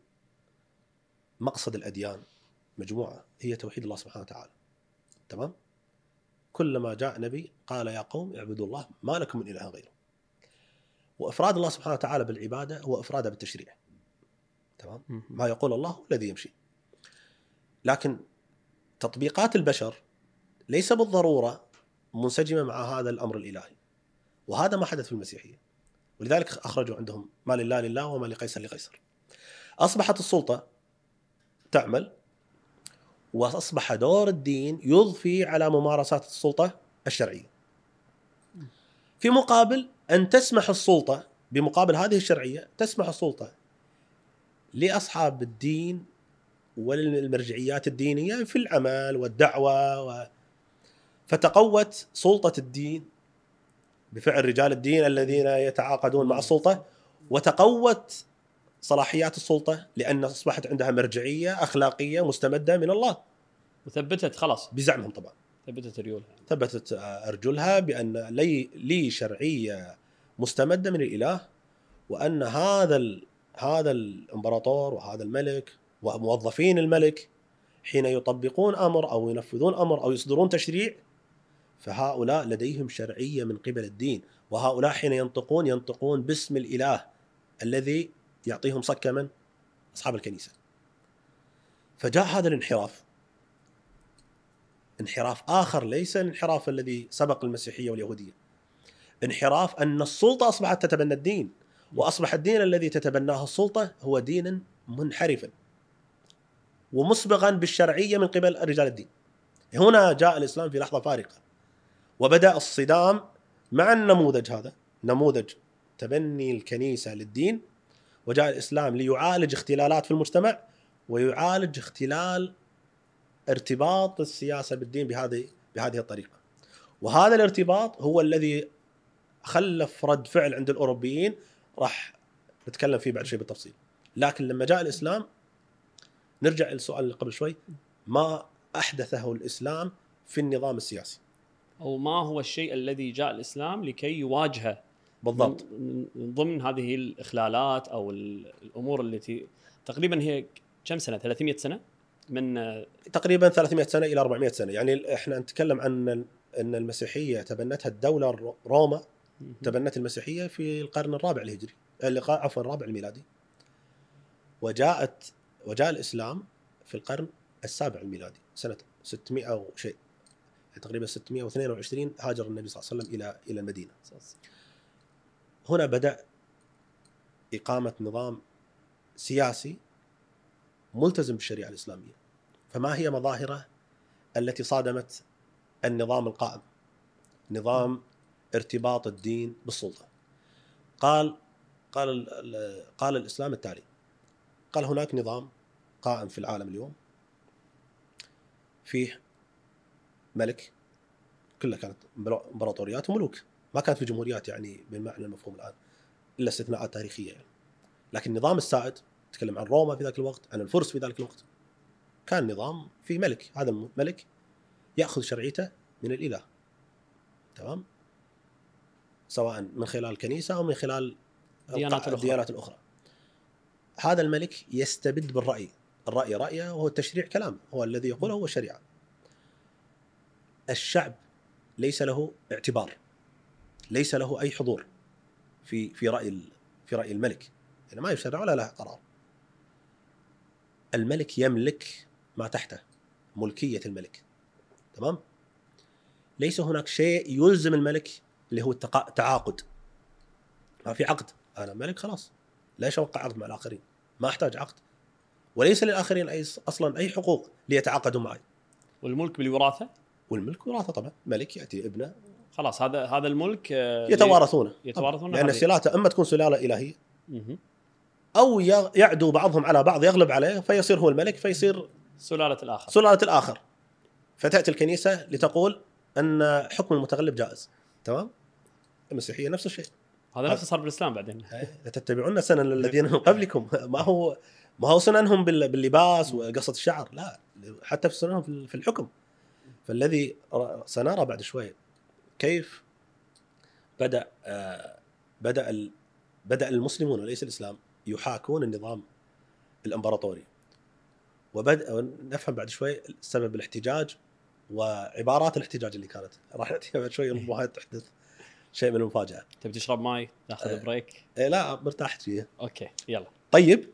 مقصد الأديان مجموعة هي توحيد الله سبحانه وتعالى. تمام؟ كلما جاء نبي قال يا قوم اعبدوا الله ما لكم من إله غيره. وإفراد الله سبحانه وتعالى بالعبادة هو إفراده بالتشريع. تمام؟ ما يقول الله هو الذي يمشي. لكن تطبيقات البشر ليس بالضرورة منسجمة مع هذا الأمر الإلهي، وهذا ما حدث في المسيحية. ولذلك أخرجوا عندهم ما لله لله وما لقيصر لقيصر. أصبحت السلطة تعمل، وأصبح دور الدين يضفي على ممارسات السلطة الشرعية، في مقابل أن تسمح السلطة بمقابل هذه الشرعية تسمح السلطة لأصحاب الدين والمرجعيات الدينية في العمل والدعوة فتقوت سلطة الدين بفعل رجال الدين الذين يتعاقدون مع السلطة، وتقوت صلاحيات السلطة لأن أصبحت عندها مرجعية أخلاقية مستمدة من الله، وثبتت خلاص بزعمهم طبعا، ثبتت رجولها، ثبتت أرجلها بأن لي شرعية مستمدة من الإله، وأن هذا الإمبراطور وهذا الملك وموظفين الملك حين يطبقون أمر أو ينفذون أمر أو يصدرون تشريع فهؤلاء لديهم شرعية من قبل الدين، وهؤلاء حين ينطقون باسم الإله الذي يعطيهم صكة من أصحاب الكنيسة. فجاء هذا الانحراف، انحراف آخر ليس الانحراف الذي سبق المسيحية واليهودية، انحراف أن السلطة أصبحت تتبنى الدين، وأصبح الدين الذي تتبناه السلطة هو دينا منحرفا ومسبغا بالشرعية من قبل رجال الدين. هنا جاء الإسلام في لحظة فارقة، وبدأ الصدام مع النموذج هذا، نموذج تبني الكنيسة للدين، وجاء الإسلام ليعالج اختلالات في المجتمع ويعالج اختلال ارتباط السياسة بالدين بهذه الطريقة. وهذا الارتباط هو الذي خلف رد فعل عند الأوروبيين، راح نتكلم فيه بعد شيء بالتفصيل. لكن لما جاء الإسلام، نرجع للسؤال اللي قبل شوي، ما أحدثه الإسلام في النظام السياسي، أو ما هو الشيء الذي جاء الإسلام لكي يواجهه بالضبط من ضمن هذه الإخلالات أو الأمور التي تقريبا هي كم سنة، 300 سنة من تقريبا 300 سنة إلى 400 سنة. يعني إحنا نتكلم عن أن المسيحية تبنتها الدولة روما، تبنت المسيحية في القرن الرابع الهجري، الرابع الميلادي، وجاء الإسلام في القرن السابع الميلادي سنة 600 أو شيء، تقريبا 622 هاجر النبي صلى الله عليه وسلم إلى المدينة. هنا بدأ إقامة نظام سياسي ملتزم بالشريعة الإسلامية. فما هي مظاهره التي صادمت النظام القائم؟ نظام ارتباط الدين بالسلطة. قال الإسلام التالي: قال هناك نظام قائم في العالم اليوم فيه ملك، كلها كانت امبراطوريات وملوك، ما كانت في جمهوريات يعني بالمعنى المفهوم الآن إلا استثناءات تاريخية يعني. لكن النظام السائد، تكلم عن روما في ذاك الوقت، عن الفرس في ذاك الوقت، كان نظام في ملك، هذا الملك يأخذ شرعيته من الإله. تمام؟ سواء من خلال الكنيسة أو من خلال الديانات الأخرى. هذا الملك يستبد بالرأي، الرأي رأيه، وهو التشريع كلامه، هو الذي يقوله هو الشريعة. الشعب ليس له اعتبار، ليس له أي حضور في رأي الملك، يعني ما يشرع ولا له قرار. الملك يملك ما تحته، ملكية الملك، تمام؟ ليس هناك شيء يلزم الملك اللي هو التعاقد. ما في عقد، أنا ملك خلاص، ليش أوقع عقد مع الآخرين؟ ما أحتاج عقد، وليس للآخرين أصلا أي حقوق ليتعاقدوا معي. والملك بالوراثة؟ والملك وراثة طبعا، ملك يأتي ابنه خلاص هذا الملك يتوارثونه لأن سلاته اما تكون سلاله الهيه او يعدو بعضهم على بعض، يغلب عليه فيصير هو الملك، فيصير سلاله الاخر. فتاتي الكنيسه لتقول ان حكم المتغلب جائز، تمام؟ المسيحيه نفس الشيء، هذا نفس صار بالاسلام بعدين. تتبعون سنن الذين من قبلكم. ما هو سننهم باللباس وقصه الشعر، لا، حتى في سننهم في الحكم. فالذي سنرى بعد شوي كيف بدأ المسلمون وليس الإسلام يحاكون النظام الإمبراطوري، وبدأ نفهم بعد شوي سبب الاحتجاج وعبارات الاحتجاج اللي كانت. راح نأتي بعد شوي المواجهة تحدث شيء من المفاجأة. تبي تشرب ماي تاخذ بريك؟ لا مرتاح فيه. اوكي يلا. طيب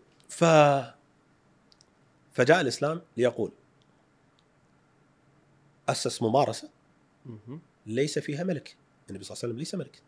فجاء الإسلام ليقول أسس ممارسة ليس فيها ملك. النبي صلى الله عليه وسلم ليس ملك،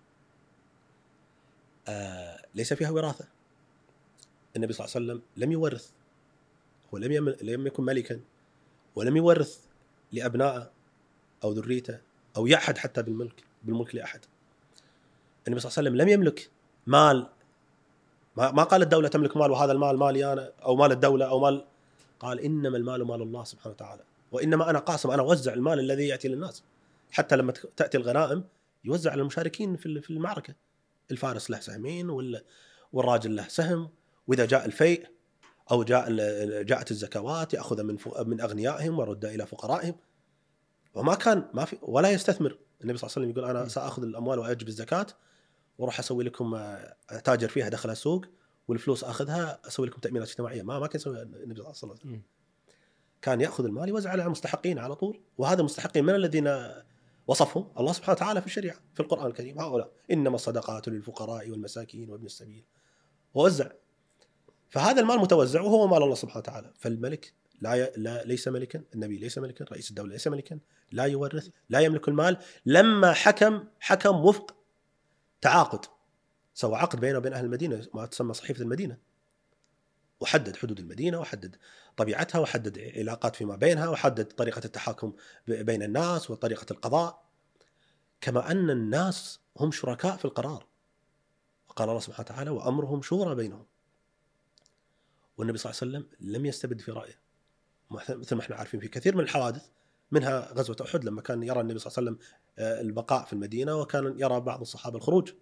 ليس فيها وراثة. النبي صلى الله عليه وسلم لم يورث، ولم يكن ملكا، ولم يورث لأبنائه أو ذريته أو يعهد حتى بالملك لأحد. النبي صلى الله عليه وسلم لم يملك مال، ما قال الدولة تملك مال وهذا المال مالي أنا أو مال الدولة أو مال، قال إنما المال مال الله سبحانه وتعالى، وإنما أنا قاسم، أنا أوزع المال الذي يأتي للناس. حتى لما تأتي الغنائم يوزع على المشاركين في المعركة، الفارس له سهمين والراجل له سهم، وإذا جاء الفيء أو جاءت الزكوات يأخذ من أغنيائهم ورد إلى فقرائهم. وما كان ما في ولا يستثمر. النبي صلى الله عليه وسلم يقول أنا سأخذ الأموال وأجب الزكاة وأروح أسوي لكم تاجر فيها دخل السوق، والفلوس أخذها أسوي لكم تأمينات اجتماعية. ما كان يسوي النبي صلى الله عليه وسلم. كان يأخذ المال يوزع على المستحقين على طول. وهذا المستحقين من الذين وصفهم الله سبحانه وتعالى في الشريعة في القرآن الكريم، هؤلاء إنما الصدقات للفقراء والمساكين وابن السبيل، ووزع. فهذا المال متوزع وهو مال الله سبحانه وتعالى. فالملك ليس ملكا، النبي ليس ملكا، رئيس الدولة ليس ملكا، لا يورث، لا يملك المال. لما حكم وفق تعاقد، سوى عقد بينه وبين أهل المدينة ما تسمى صحيفة المدينة، وحدد حدود المدينة وحدد طبيعتها وحدد علاقات فيما بينها وحدد طريقة التحاكم بين الناس وطريقة القضاء، كما أن الناس هم شركاء في القرار. وقال الله سبحانه وتعالى وأمرهم شورى بينهم. والنبي صلى الله عليه وسلم لم يستبد في رأيه، مثل ما احنا عارفين في كثير من الحوادث، منها غزوة أحد لما كان يرى النبي صلى الله عليه وسلم البقاء في المدينة، وكان يرى بعض الصحابة الخروج،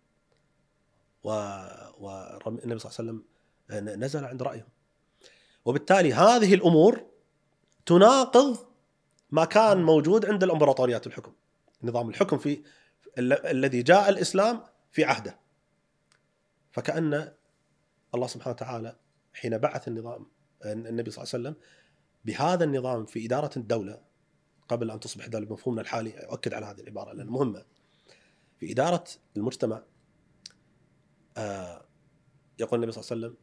والنبي صلى الله عليه وسلم نزل عند رأيهم. وبالتالي هذه الأمور تناقض ما كان موجود عند الإمبراطوريات الحكم، نظام الحكم في الذي جاء الإسلام في عهده. فكأن الله سبحانه وتعالى حين بعث النظام النبي صلى الله عليه وسلم بهذا النظام في إدارة الدولة قبل أن تصبح دولة بمفهومنا الحالي، أؤكد على هذه العبارة لأنها مهمة، في إدارة المجتمع. يقول النبي صلى الله عليه وسلم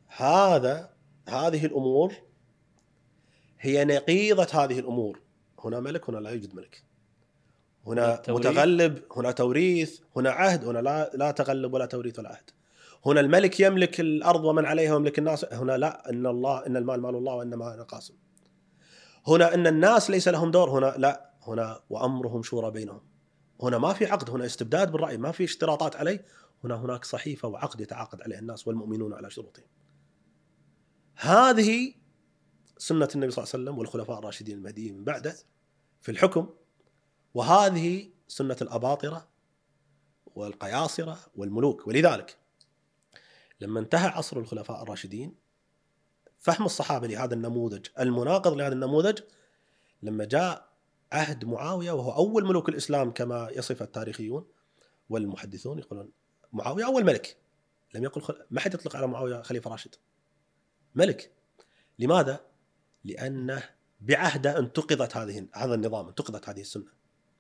هذه الأمور هي نقيضة هذه الأمور. هنا ملك، هنا لا يوجد ملك، هنا متغلب، هنا توريث، هنا عهد، هنا لا تغلب ولا توريث ولا عهد. هنا الملك يملك الأرض ومن عليها ويملك الناس، هنا لا، إن المال مال الله وإنما أنا قاسم. هنا إن الناس ليس لهم دور، هنا لا، هنا وأمرهم شورى بينهم. هنا ما في عقد، هنا استبداد بالرأي، ما في اشتراطات عليه. هناك صحيفة وعقد يتعاقد عليه الناس والمؤمنون على شروطهم. هذه سنة النبي صلى الله عليه وسلم والخلفاء الراشدين المهديين من بعده في الحكم، وهذه سنة الأباطرة والقياصرة والملوك. ولذلك لما انتهى عصر الخلفاء الراشدين، فهم الصحابة لهذا النموذج المناقض لهذا النموذج، لما جاء عهد معاوية وهو أول ملوك الإسلام كما يصف التاريخيون، والمحدثون يقولون معاوية أول ملك، لم يقل ما حد يطلق على معاوية خليفة راشد، ملك. لماذا؟ لأنه بعهده انتقضت هذا النظام، انتقضت هذه السنة،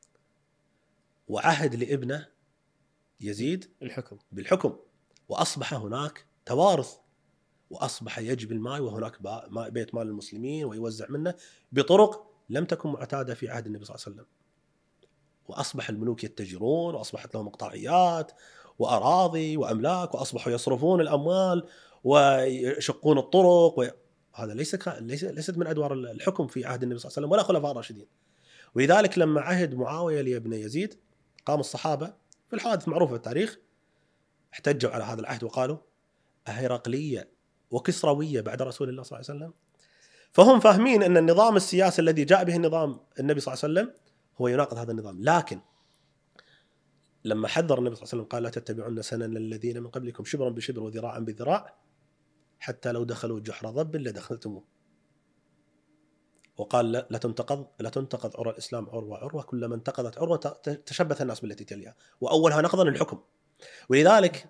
وعهد لابنه يزيد بالحكم، وأصبح هناك توارث، وأصبح يجب الماء، وهناك بيت مال المسلمين ويوزع منه بطرق لم تكن معتادة في عهد النبي صلى الله عليه وسلم. وأصبح الملوك يتجرون، وأصبحت لهم مقطعيات وأراضي وأملاك، وأصبحوا يصرفون الأموال ويشقون الطرق هذا ليست من أدوار الحكم في عهد النبي صلى الله عليه وسلم ولا خلفاء الراشدين. ولذلك لما عهد معاوية لابن يزيد قام الصحابة في الحوادث معروفة في التاريخ احتجوا على هذا العهد وقالوا أهرقلية وكسروية بعد رسول الله صلى الله عليه وسلم. فهم فاهمين أن النظام السياسي الذي جاء به النظام النبي صلى الله عليه وسلم هو يناقض هذا النظام. لكن لما حذر النبي صلى الله عليه وسلم قال لا تتبعون سنن الذين من قبلكم شبرا بشبر وذراعا بذراع حتى لو دخلوا جحر ضب لدخلتموه. وقال لا تنتقض عروة الإسلام عروة كلما انتقضت عروة تشبث الناس بالتي تليها، وأولها نقضا الحكم. ولذلك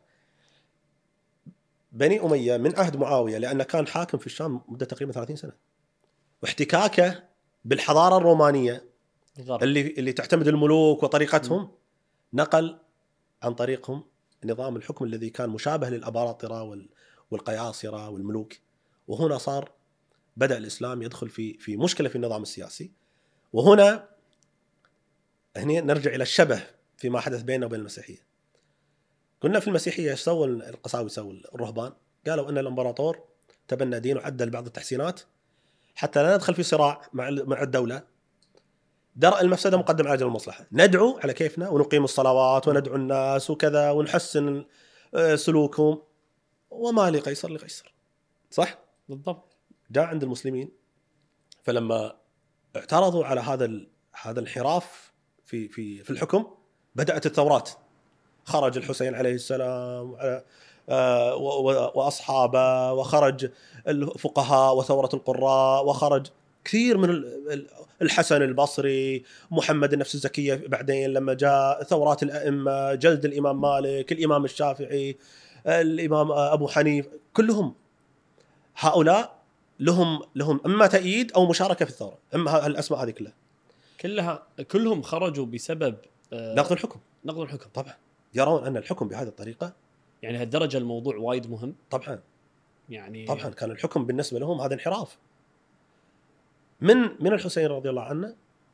بني أمية من عهد معاوية لأنه كان حاكم في الشام مدة تقريبا 30 سنة، واحتكاكه بالحضارة الرومانية اللي تعتمد الملوك وطريقتهم، نقل عن طريقهم نظام الحكم الذي كان مشابه للأباطرة والقياصرة والملوك. وهنا بدأ الإسلام يدخل في مشكلة في النظام السياسي. وهنا نرجع إلى الشبه فيما حدث بيننا وبين المسيحية. قلنا في المسيحية ايش سووا القساوسة والرهبان؟ قالوا أن الإمبراطور تبنى دين وعدل بعض التحسينات حتى لا ندخل في صراع مع الدولة، درء المفسدة مقدم على جلب المصلحة، ندعو على كيفنا ونقيم الصلوات وندعو الناس وكذا ونحسن سلوكهم، وما لقيصر لقيصر. صح؟ بالضبط. جاء عند المسلمين فلما اعترضوا على هذا الانحراف في الحكم بدأت الثورات. خرج الحسين عليه السلام وأصحابه، وخرج الفقهاء وثورة القراء، وخرج كثير من الحسن البصري، محمد النفس الزكية بعدين لما جاء ثورات الأئمة، جلد الإمام مالك، الإمام الشافعي، الإمام أبو حنيفة، كلهم هؤلاء لهم إما تأييد أو مشاركة في الثورة، إما الأسماء هذه كلهم خرجوا بسبب نقض الحكم. طبعا يرون أن الحكم بهذه الطريقة يعني هالدرجة الموضوع وايد مهم. طبعا يعني كان الحكم بالنسبة لهم هذا انحراف من الحسين رضي الله عنه.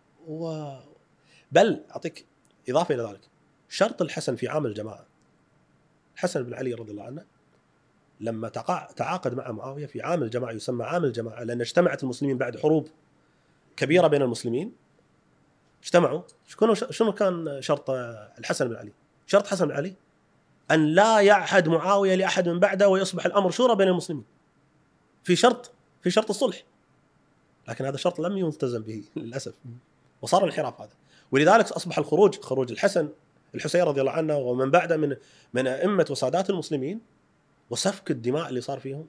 بل أعطيك إضافة إلى ذلك، شرط الحسن في عام الجماعة، الحسن بن علي رضي الله عنه لما تعاقد مع معاوية في عام الجماعة، يسمى عام الجماعة لأن اجتمعت المسلمين بعد حروب كبيرة بين المسلمين، اجتمعوا. شنو كان شرط الحسن بن علي؟ شرط حسن بن علي أن لا يعهد معاوية لأحد من بعده ويصبح الأمر شورى بين المسلمين، في شرط الصلح. لكن هذا الشرط لم يلتزم به للأسف، وصار الانحراف هذا. ولذلك أصبح خروج الحسين رضي الله عنه ومن بعده من أئمة وسادات المسلمين، وسفك الدماء اللي صار فيهم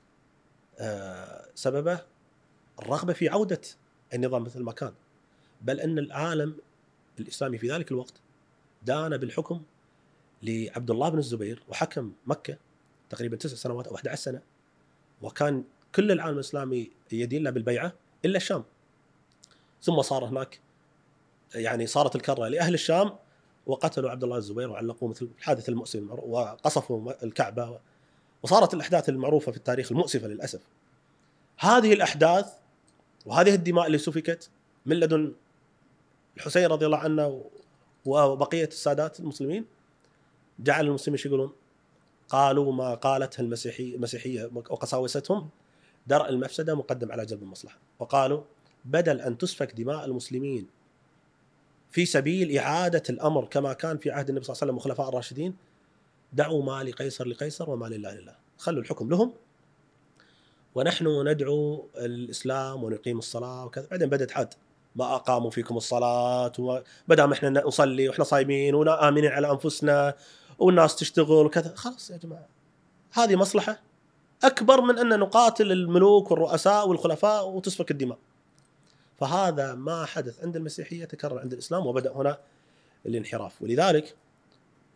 سببه الرغبة في عودة النظام مثل ما كان. بل أن العالم الإسلامي في ذلك الوقت دان بالحكم لعبد الله بن الزبير، وحكم مكة تقريبا 9 سنوات أو 11 سنة، وكان كل العالم الإسلامي يدين له بالبيعة إلا الشام. ثم صار هناك يعني صارت الكرة لأهل الشام، وقتلوا عبد الله الزبير وعلقوه مثل الحادث المؤسف، وقصفوا الكعبة، وصارت الأحداث المعروفة في التاريخ المؤسفة للأسف. هذه الأحداث وهذه الدماء اللي سفكت من لدن الحسين رضي الله عنه وبقية السادات المسلمين جعل المسلمين يقولون، قالوا ما قالته المسيحية وقساوستهم، درء المفسدة مقدم على جلب المصلحة. وقالوا بدل أن تسفك دماء المسلمين في سبيل إعادة الأمر كما كان في عهد النبي صلى الله عليه وسلم وخلفاء الراشدين، دعوا ما لقيصر لقيصر وما لله لله، خلوا الحكم لهم ونحن ندعو الإسلام ونقيم الصلاة وكذا. بعدين بدأت عاد ما أقاموا فيكم الصلاة، وبدأ ما إحنا نصلي وإحنا صايمين ونآمنين على أنفسنا والناس تشتغل وكذا. خلاص يا جماعة، هذه مصلحة أكبر من أن نقاتل الملوك والرؤساء والخلفاء وتسفك الدماء. فهذا ما حدث عند المسيحية تكرر عند الإسلام، وبدأ هنا الانحراف. ولذلك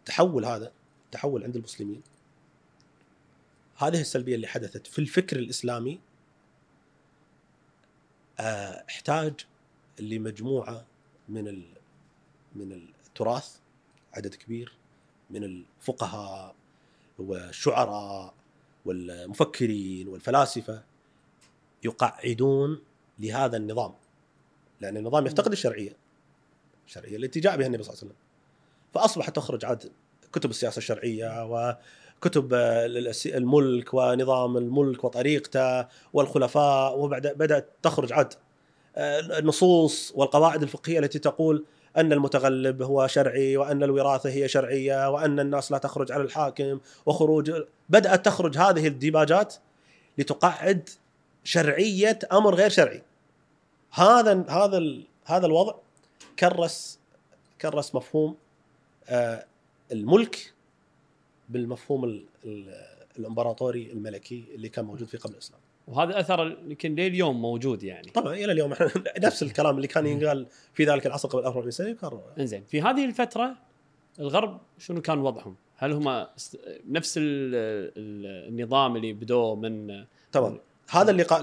تحول عند المسلمين، هذه السلبية اللي حدثت في الفكر الإسلامي احتاج لمجموعة من التراث، عدد كبير من الفقهاء والشعراء والمفكرين والفلاسفة يقعدون لهذا النظام، لأن النظام يفتقد الشرعية التي جاء بها النبي صلى الله عليه وسلم. فأصبح تخرج عاد كتب السياسة الشرعية وكتب الملك ونظام الملك وطريقته والخلفاء، بدأت تخرج عاد النصوص والقواعد الفقهية التي تقول أن المتغلب هو شرعي، وأن الوراثة هي شرعية، وأن الناس لا تخرج على الحاكم وخروج. بدأت تخرج هذه الديباجات لتقعد شرعية أمر غير شرعي. هذا الوضع كرس مفهوم الملك بالمفهوم الامبراطوري الملكي اللي كان موجود في قبل الإسلام. وهذا أثر يمكن لليوم موجود يعني. طبعا إلى اليوم نفس الكلام اللي كان ينقال في ذلك العصر قبل 4000 سنة يكرر. إنزين، في هذه الفترة الغرب شنو كان وضعهم؟ هل هم نفس النظام اللي بدوه من تمام؟ هذا اللقاء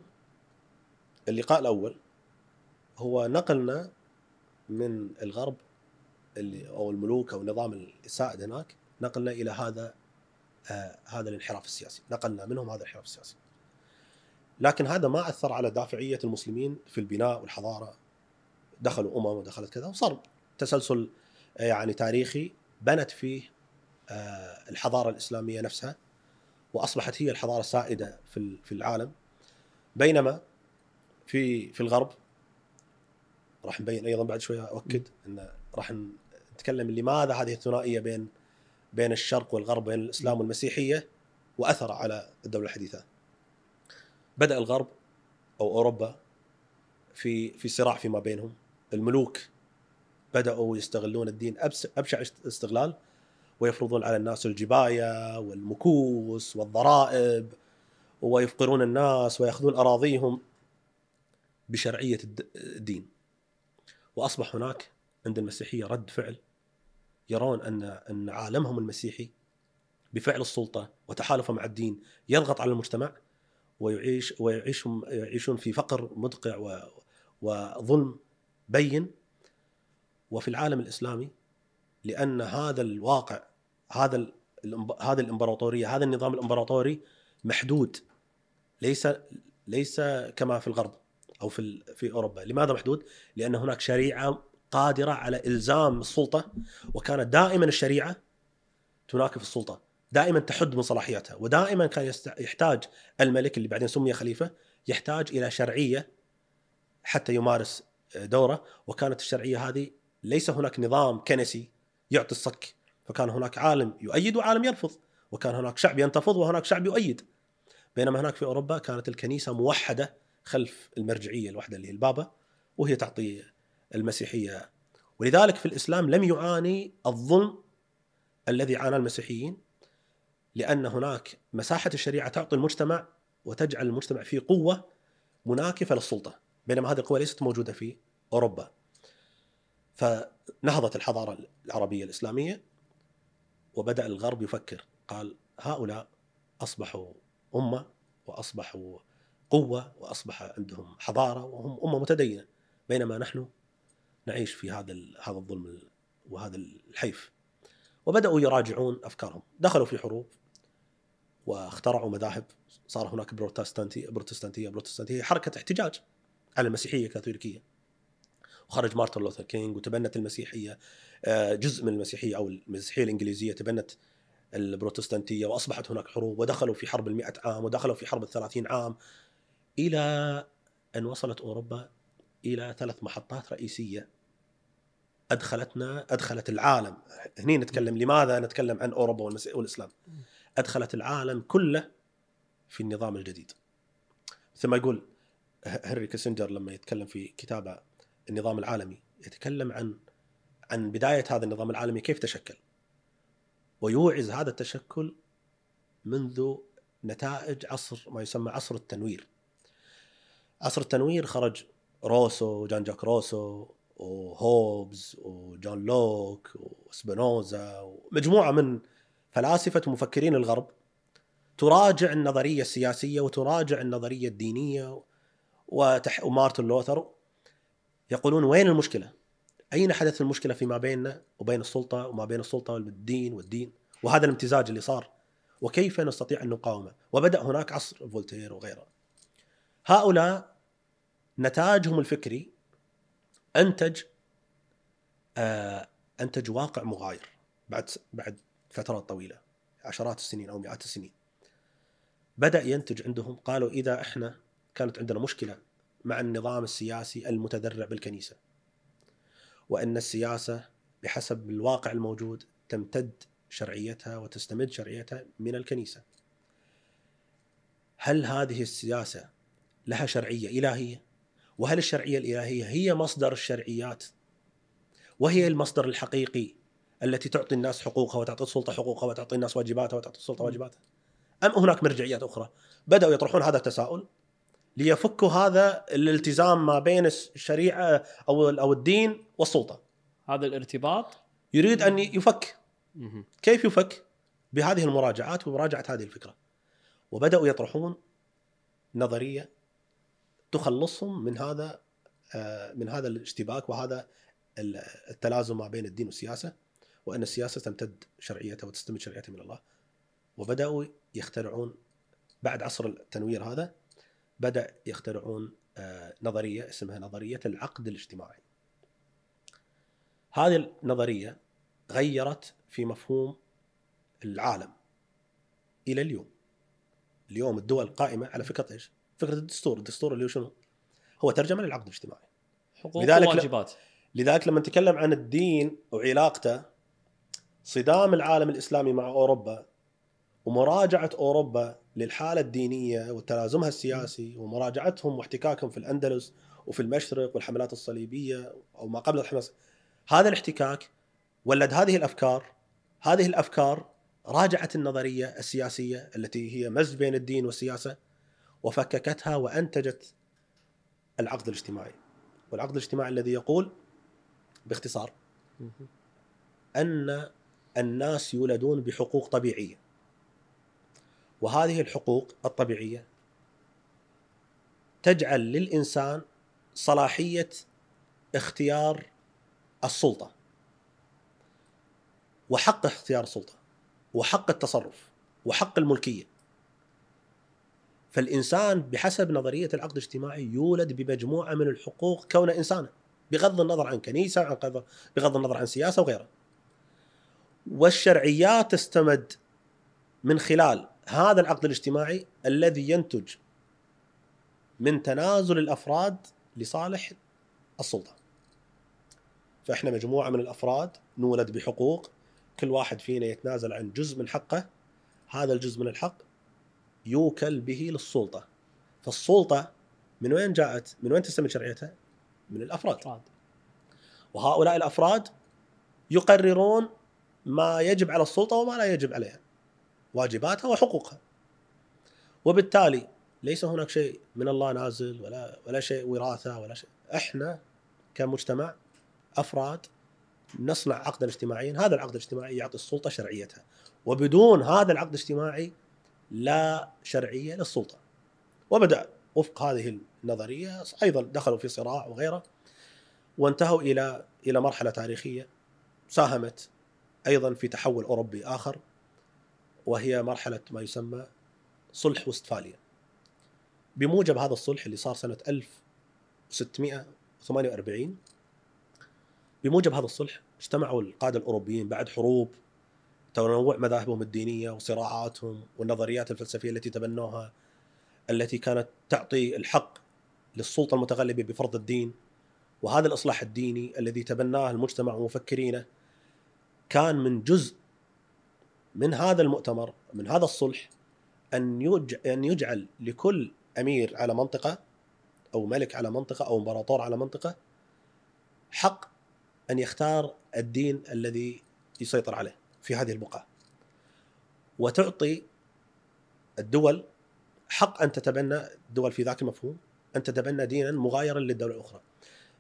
الأول هو نقلنا من الغرب أو الملوك أو النظام السائد هناك، نقلنا إلى هذا الانحراف السياسي، نقلنا منهم هذا الانحراف السياسي. لكن هذا ما أثر على دافعية المسلمين في البناء والحضارة. دخلوا ودخلت كذا، وصار تسلسل يعني تاريخي بنت فيه الحضارة الإسلامية نفسها، وأصبحت هي الحضارة السائدة في العالم. بينما في الغرب راح نبين أيضا بعد شوية، أؤكد أن راح نتكلم لماذا هذه الثنائية بين الشرق والغرب، بين الإسلام والمسيحية، وأثر على الدولة الحديثة. بدأ الغرب أو أوروبا في صراع فيما بينهم. الملوك بدأوا يستغلون الدين أبشع استغلال، ويفرضون على الناس الجباية والمكوس والضرائب، ويفقرون الناس ويأخذون أراضيهم بشرعية الدين. وأصبح هناك عند المسيحية رد فعل، يرون أن عالمهم المسيحي بفعل السلطة وتحالفه مع الدين يضغط على المجتمع، ويعيشون في فقر مدقع وظلم بين. وفي العالم الإسلامي، لأن هذا الواقع، هذه الإمبراطورية، هذا النظام الإمبراطوري محدود، ليس كما في الغرب أو في أوروبا. لماذا محدود؟ لأن هناك شريعة قادرة على إلزام السلطة، وكانت دائما الشريعة تناكف السلطة، دائما تحد من صلاحياتها، ودائما كان يحتاج الملك اللي بعدين سمي خليفة يحتاج إلى شرعية حتى يمارس دوره. وكانت الشرعية هذه ليس هناك نظام كنسي يعطي الصك، فكان هناك عالم يؤيد وعالم يرفض، وكان هناك شعب ينتفض وهناك شعب يؤيد. بينما هناك في أوروبا كانت الكنيسة موحدة خلف المرجعية الوحدة اللي هي البابا، وهي تعطي المسيحية. ولذلك في الإسلام لم يعاني الظلم الذي عانى المسيحيين، لأن هناك مساحة الشريعة تعطي المجتمع وتجعل المجتمع فيه قوة مناكفة للسلطة، بينما هذه القوة ليست موجودة في أوروبا. فنهضت الحضارة العربية الإسلامية، وبدأ الغرب يفكر، قال هؤلاء أصبحوا أمة وأصبحوا قوة وأصبح عندهم حضارة وهم أمة متدينة، بينما نحن نعيش في هذا الظلم وهذا الحيف. وبدأوا يراجعون أفكارهم، دخلوا في حروب واخترعوا مذاهب. صار هناك بروتستانتية، حركة احتجاج على المسيحية الكاثوليكية، وخرج مارتن لوثر كينغ وتبنت المسيحية. جزء من المسيحية أو المسيحية الإنجليزية تبنت البروتستانتية، وأصبحت هناك حروب، ودخلوا في حرب 100 عام، ودخلوا في حرب 30 عام، إلى أن وصلت أوروبا إلى 3 محطات رئيسية أدخلت العالم. هنا نتكلم لماذا نتكلم عن أوروبا والإسلام. أدخلت العالم كله في النظام الجديد. ثم يقول هنري كيسنجر لما يتكلم في كتابه النظام العالمي، يتكلم عن بداية هذا النظام العالمي كيف تشكل، ويوعز هذا التشكل منذ نتائج عصر ما يسمى عصر التنوير. عصر التنوير خرج روسو، جان جاك روسو، وهوبز وجون لوك وسبينوزا ومجموعة من فلاسفة ومفكرين الغرب تراجع النظرية السياسية وتراجع النظرية الدينية ومارتن لوثر يقولون وين المشكلة؟ أين حدث المشكلة فيما بيننا وبين السلطة وما بين السلطة والدين وهذا الامتزاج اللي صار وكيف نستطيع أن نقاومه؟ وبدأ هناك عصر فولتير وغيره. هؤلاء نتاجهم الفكري أنتج واقع مغاير بعد فترات طويلة، عشرات السنين أو مئات السنين. بدأ ينتج عندهم، قالوا إذا إحنا كانت عندنا مشكلة مع النظام السياسي المتذرع بالكنيسة، وأن السياسة بحسب الواقع الموجود تمتد شرعيتها وتستمد شرعيتها من الكنيسة، هل هذه السياسة لها شرعية إلهية؟ وهل الشرعية الإلهية هي مصدر الشرعيات وهي المصدر الحقيقي التي تعطي الناس حقوقها وتعطي السلطة حقوقها وتعطي الناس واجباتها وتعطي السلطة واجباتها؟ أم هناك مرجعيات أخرى؟ بدأوا يطرحون هذا التساؤل ليفكوا هذا الالتزام ما بين الشريعة أو الدين والسلطة. هذا الارتباط يريد أن يفك. كيف يفك؟ بهذه المراجعات ومراجعة هذه الفكرة. وبدأوا يطرحون نظرية تخلصهم من هذا الاشتباك وهذا التلازم ما بين الدين والسياسة، وأن السياسة تمتد شرعيتها وتستمد شرعيتها من الله. وبدأوا يخترعون بعد عصر التنوير هذا، بدأ يخترعون نظرية اسمها نظرية العقد الاجتماعي. هذه النظرية غيرت في مفهوم العالم إلى اليوم الدول قائمة على فكرة إيش؟ فكرة الدستور اللي شنو؟ هو ترجمة للعقد الاجتماعي، حقوق وواجبات. لذلك لما نتكلم عن الدين وعلاقته، صدام العالم الإسلامي مع أوروبا ومراجعة أوروبا للحالة الدينية وتلازمها السياسي ومراجعتهم واحتكاكهم في الأندلس وفي المشرق والحملات الصليبية أو ما قبل الحملات، هذا الاحتكاك ولد هذه الأفكار راجعت النظرية السياسية التي هي مزج بين الدين والسياسة وفككتها وأنتجت العقد الاجتماعي. والعقد الاجتماعي الذي يقول باختصار أن الناس يولدون بحقوق طبيعية، وهذه الحقوق الطبيعية تجعل للإنسان صلاحية اختيار السلطة وحق اختيار السلطة وحق التصرف وحق الملكية. فالإنسان بحسب نظرية العقد الاجتماعي يولد بمجموعة من الحقوق كونه إنسانا، بغض النظر عن كنيسة، بغض النظر عن سياسة وغيرها. والشرعيات تستمد من خلال هذا العقد الاجتماعي الذي ينتج من تنازل الأفراد لصالح السلطة. فإحنا مجموعة من الأفراد نولد بحقوق، كل واحد فينا يتنازل عن جزء من حقه، هذا الجزء من الحق يوكل به للسلطة. فالسلطة من وين جاءت؟ من وين تستمد شرعيتها؟ من الأفراد. وهؤلاء الأفراد يقررون ما يجب على السلطة وما لا يجب عليها، واجباتها وحقوقها. وبالتالي ليس هناك شيء من الله نازل ولا شيء وراثة ولا شيء. احنا كمجتمع أفراد نصنع عقدا اجتماعيا، هذا العقد الاجتماعي يعطي السلطة شرعيتها، وبدون هذا العقد الاجتماعي لا شرعية للسلطة. وبدأ وفق هذه النظرية أيضا دخلوا في صراع وغيره، وانتهوا إلى مرحلة تاريخية ساهمت أيضا في تحول أوروبي آخر، وهي مرحلة ما يسمى صلح وستفاليا. بموجب هذا الصلح اللي صار سنة 1648، بموجب هذا الصلح اجتمعوا القادة الأوروبيين بعد حروب، تنوع مذاهبهم الدينية وصراعاتهم والنظريات الفلسفية التي تبنوها، التي كانت تعطي الحق للسلطة المتغلبة بفرض الدين. وهذا الإصلاح الديني الذي تبناه المجتمع ومفكرينه كان من جزء من هذا المؤتمر، من هذا الصلح، أن يجعل لكل أمير على منطقة أو ملك على منطقة أو إمبراطور على منطقة حق أن يختار الدين الذي يسيطر عليه في هذه البقعة، وتعطي الدول حق أن تتبنى، الدول في ذاك المفهوم، أن تتبنى دينا مغايرا للدولة الأخرى.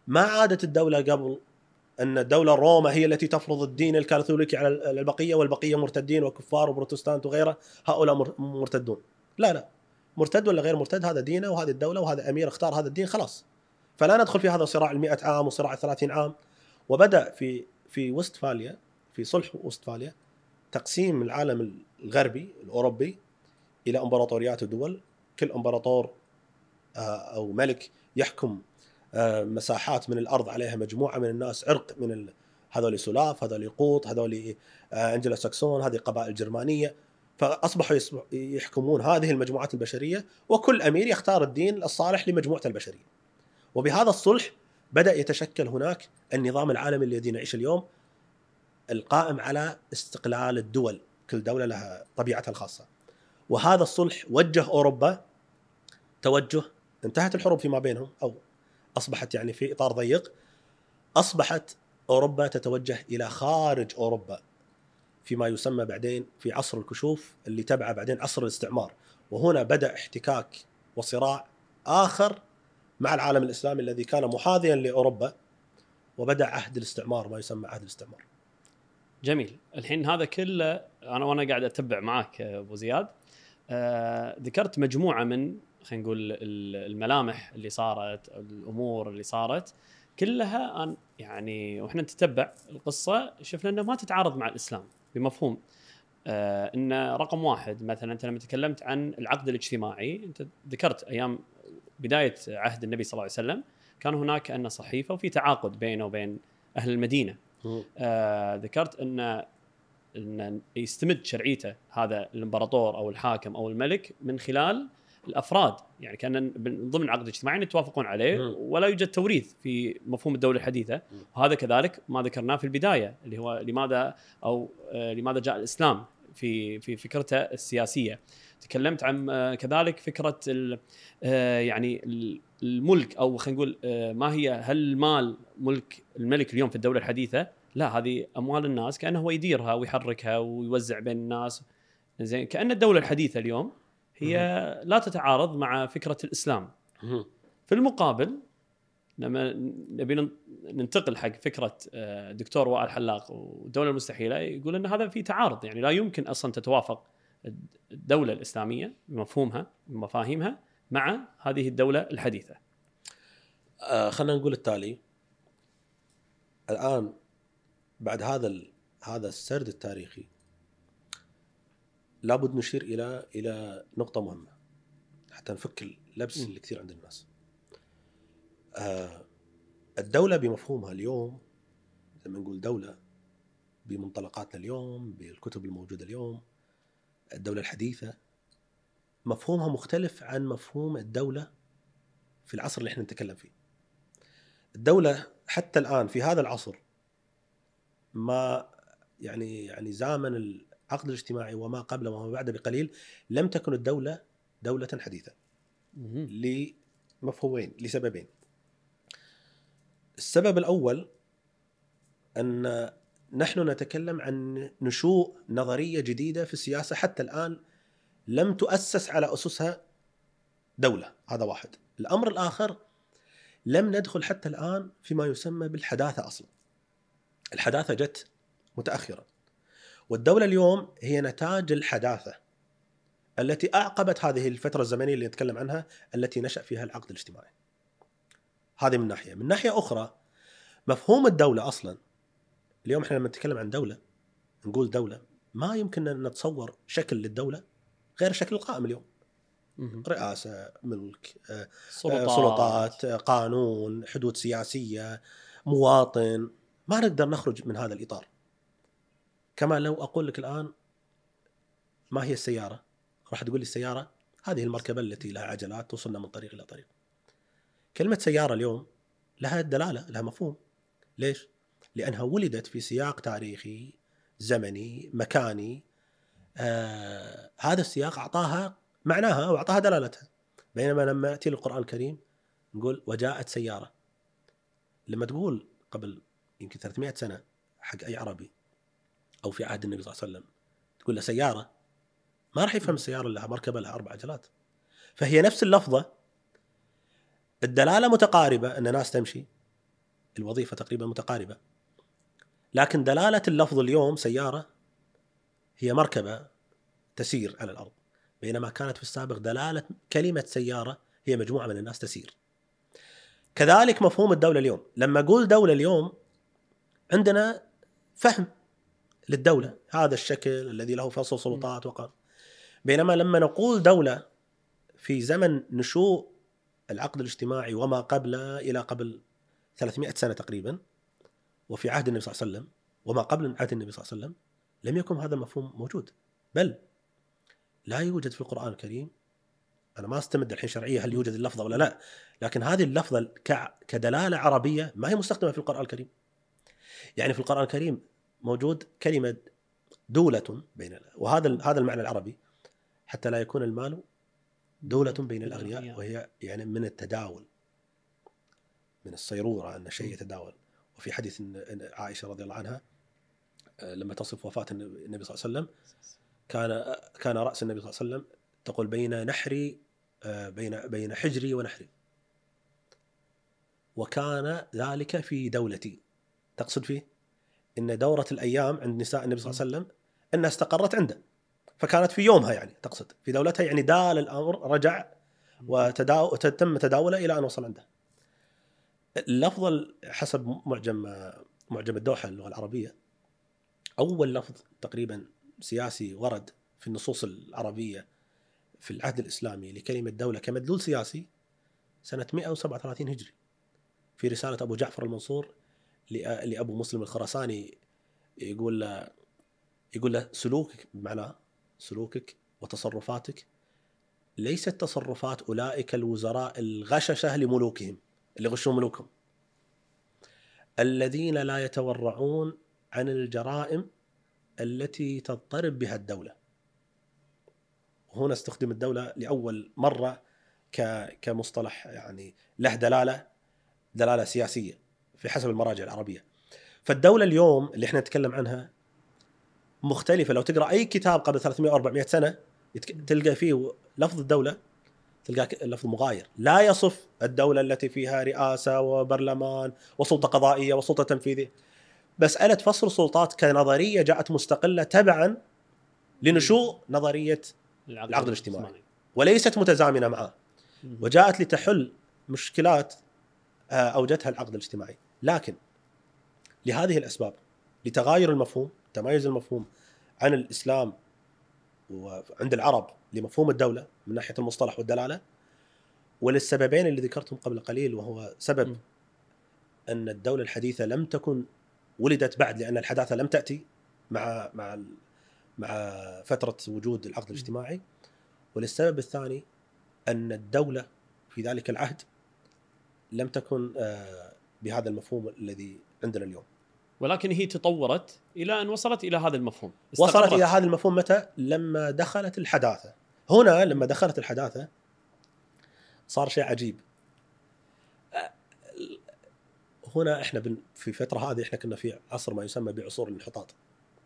ما عادت الدولة قبل أن الدولة الروما هي التي تفرض الدين الكاثوليكي على البقية، والبقية مرتدين وكفار وبروتستانت وغيره، هؤلاء مرتدون. لا، مرتد ولا غير مرتد هذا دينه وهذه الدولة وهذا أمير اختار هذا الدين، خلاص. فلا ندخل في هذا صراع 100 عام وصراع 30 عام. وبدأ في وستفاليا، في صلح وستفاليا، تقسيم العالم الغربي الأوروبي إلى إمبراطوريات ودول، كل إمبراطور أو ملك يحكم مساحات من الأرض عليها مجموعة من الناس، عرق من هذول سلاف، هذول قوط، هذول أنجلو ساكسون، هذه قبائل جرمانية. فأصبحوا يحكمون هذه المجموعات البشرية، وكل أمير يختار الدين الصالح لمجموعة البشرية. وبهذا الصلح بدأ يتشكل هناك النظام العالمي الذي نعيش اليوم، القائم على استقلال الدول، كل دولة لها طبيعتها الخاصة. وهذا الصلح وجه أوروبا توجه، انتهت الحروب فيما بينهم، أو أصبحت يعني في إطار ضيق، أصبحت أوروبا تتوجه إلى خارج أوروبا فيما يسمى بعدين في عصر الكشوف اللي تبع بعدين عصر الاستعمار. وهنا بدأ احتكاك وصراع آخر مع العالم الإسلامي الذي كان محاذيا لأوروبا، وبدأ عهد الاستعمار، ما يسمى عهد الاستعمار. جميل. الحين هذا كله وانا قاعد اتبع معك ابو زياد، ذكرت مجموعه من خلينا نقول الملامح اللي صارت، الامور اللي صارت كلها، يعني واحنا نتتبع القصه شفنا انه ما تتعارض مع الاسلام بمفهوم ان رقم واحد مثلا انت لما تكلمت عن العقد الاجتماعي، انت ذكرت ايام بدايه عهد النبي صلى الله عليه وسلم كان هناك ان صحيفه وفي تعاقد بينه وبين اهل المدينه. ذكرت ان يستمد شرعيته هذا الامبراطور او الحاكم او الملك من خلال الافراد، يعني كان من ضمن عقد اجتماعي يتوافقون عليه، ولا يوجد توريث في مفهوم الدوله الحديثه. وهذا كذلك ما ذكرناه في البدايه، اللي هو لماذا جاء الاسلام في فكرته السياسيه. تكلمت عن كذلك فكره يعني الملك، او خلينا نقول ما هي، هل المال ملك الملك اليوم في الدوله الحديثه؟ لا، هذه اموال الناس، كانه هو يديرها ويحركها ويوزع بين الناس. زين، كأن الدوله الحديثه اليوم هي لا تتعارض مع فكره الاسلام. في المقابل لما نبي ننتقل حق فكره دكتور وائل حلاق والدوله المستحيله، يقول ان هذا في تعارض، يعني لا يمكن اصلا تتوافق الدوله الاسلاميه بمفهومها بمفاهيمها مع هذه الدوله الحديثه. خلينا نقول التالي الآن بعد هذا السرد التاريخي، لابد نشير إلى نقطة مهمة حتى نفك اللبس اللي كثير عند الناس. الدولة بمفهومها اليوم، لما نقول دولة بمنطلقاتنا اليوم، بالكتب الموجودة اليوم، الدولة الحديثة مفهومها مختلف عن مفهوم الدولة في العصر اللي احنا نتكلم فيه. الدولة حتى الآن في هذا العصر، ما يعني زامن العقد الاجتماعي وما قبله وما بعده بقليل، لم تكن الدولة دولة حديثة لمفهومين، لسببين. السبب الأول أن نحن نتكلم عن نشوء نظرية جديدة في السياسة حتى الآن لم تؤسس على أسسها دولة، هذا واحد. الأمر الآخر، لم ندخل حتى الآن فيما يسمى بالحداثة أصلا. الحداثة جت متأخرا، والدولة اليوم هي نتاج الحداثة التي أعقبت هذه الفترة الزمنية اللي نتكلم عنها، التي نشأ فيها العقد الاجتماعي. هذه من ناحية. من ناحية أخرى، مفهوم الدولة أصلا اليوم احنا لما نتكلم عن دولة، نقول دولة، ما يمكن أن نتصور شكل للدولة غير شكل القائم اليوم. رئاسة، ملك، سلطات، قانون، حدود سياسية، مواطن. ما نقدر نخرج من هذا الإطار. كما لو أقول لك الآن ما هي السيارة، راح تقول لي السيارة هذه المركبة التي لها عجلات توصلنا من طريق إلى طريق. كلمة سيارة اليوم لها دلالة، لها مفهوم. ليش؟ لأنها ولدت في سياق تاريخي زمني مكاني. هذا السياق أعطاها معناها وأعطاها دلالتها. بينما لما يأتي القرآن الكريم نقول وجاءت سيارة، لما تقول قبل يمكن 300 سنة حق أي عربي أو في عهد النبي صلى الله عليه وسلم تقول له سيارة، ما راح يفهم السيارة لها مركبة لها 4 عجلات. فهي نفس اللفظة، الدلالة متقاربة أن ناس تمشي، الوظيفة تقريبا متقاربة، لكن دلالة اللفظ اليوم سيارة هي مركبة تسير على الأرض، بينما كانت في السابق دلالة كلمة سيارة هي مجموعة من الناس تسير. كذلك مفهوم الدولة اليوم، لما أقول دولة اليوم عندنا فهم للدولة، هذا الشكل الذي له فصل سلطات وقانون، بينما لما نقول دولة في زمن نشوء العقد الاجتماعي وما قبله إلى قبل 300 سنة تقريبا، وفي عهد النبي صلى الله عليه وسلم وما قبل عهد النبي صلى الله عليه وسلم، لم يكن هذا المفهوم موجود، بل لا يوجد في القرآن الكريم. أنا ما استمد الحين شرعية هل يوجد اللفظة ولا لا، لكن هذه اللفظة كدلالة عربية ما هي مستخدمة في القرآن الكريم. يعني في القرآن الكريم موجود كلمة دولة بين، وهذا المعنى العربي، حتى لا يكون المال دولة بين الأغنياء، وهي يعني من التداول، من الصيرورة أن شيء يتداول. وفي حديث عائشة رضي الله عنها لما تصف وفاة النبي صلى الله عليه وسلم، كان رأس النبي صلى الله عليه وسلم تقول بين نحري بين حجري ونحري، وكان ذلك في دولتي. تقصد فيه إن دورة الأيام عند نساء النبي صلى الله عليه وسلم أنها استقرت عنده، فكانت في يومها، يعني تقصد في دولتها، يعني دال الأمر رجع وتم تداوله إلى أن وصل عنده. اللفظ حسب معجم الدوحة اللغة العربية، أول لفظ تقريبا سياسي ورد في النصوص العربية في العهد الإسلامي لكلمة دولة كمدلول سياسي سنة 137 هجري، في رسالة أبو جعفر المنصور لأبو مسلم الخراساني، يقول له سلوكك، بمعنى سلوكك وتصرفاتك ليست تصرفات أولئك الوزراء الغششة لملوكهم، اللي غشوا ملوكهم، الذين لا يتورعون عن الجرائم التي تضطرب بها الدولة. وهنا استخدم الدولة لأول مرة كمصطلح يعني له دلالة سياسية في حسب المراجع العربية. فالدولة اليوم اللي احنا نتكلم عنها مختلفة. لو تقرأ أي كتاب قبل 300 أو 400 سنة تلقى فيه لفظ الدولة، تلقى لفظ مغاير، لا يصف الدولة التي فيها رئاسة وبرلمان وسلطة قضائية وسلطة تنفيذية. مسألة فصل السلطات كنظرية جاءت مستقلة تبعا لنشوء نظرية العقد الاجتماعي، وليست متزامنة معه، وجاءت لتحل مشكلات أوجدها العقد الاجتماعي. لكن لهذه الأسباب، لتغاير المفهوم، تمايز المفهوم عن الإسلام وعند العرب لمفهوم الدولة من ناحية المصطلح والدلالة، وللسببين اللي ذكرتهم قبل قليل، وهو سبب أن الدولة الحديثة لم تكن ولدت بعد، لأن الحداثة لم تأتي مع فترة وجود العقد الاجتماعي، وللسبب الثاني أن الدولة في ذلك العهد لم تكن بهذا المفهوم الذي عندنا اليوم، ولكن هي تطورت إلى أن وصلت إلى هذا المفهوم. وصلت إلى هذا المفهوم متى؟ لما دخلت الحداثة. هنا لما دخلت الحداثة صار شيء عجيب. هنا احنا في فترة هذه احنا كنا في عصر ما يسمى بعصور الانحطاط.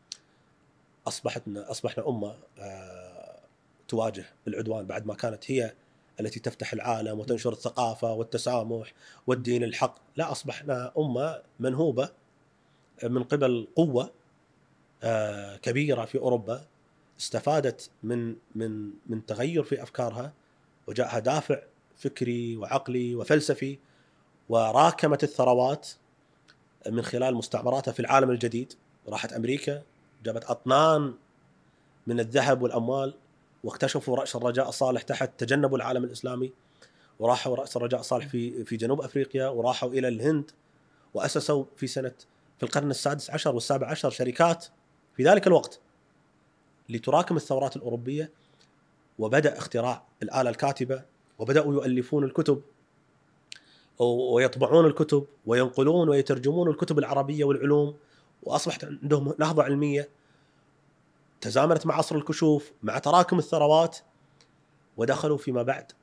أصبحنا أمة تواجه العدوان بعد ما كانت هي التي تفتح العالم وتنشر الثقافة والتسامح والدين الحق. لا، أصبحنا أمة منهوبة من قبل قوة كبيرة في أوروبا، استفادت من تغير في أفكارها، وجاءها دافع فكري وعقلي وفلسفي، وراكمت الثروات من خلال مستعمراتها في العالم الجديد. راحت أمريكا، جابت أطنان من الذهب والأموال، واكتشفوا رأس الرجاء الصالح تحت، تجنبوا العالم الإسلامي، وراحوا رأس الرجاء الصالح في جنوب أفريقيا، وراحوا إلى الهند، وأسسوا في القرن السادس عشر والسابع عشر شركات في ذلك الوقت لتراكم الثورات الأوروبية. وبدأ اختراع الآلة الكاتبة، وبدأوا يؤلفون الكتب ويطبعون الكتب وينقلون ويترجمون الكتب العربية والعلوم، وأصبحت عندهم نهضة علمية تزامنت مع عصر الكشوف، مع تراكم الثروات، ودخلوا فيما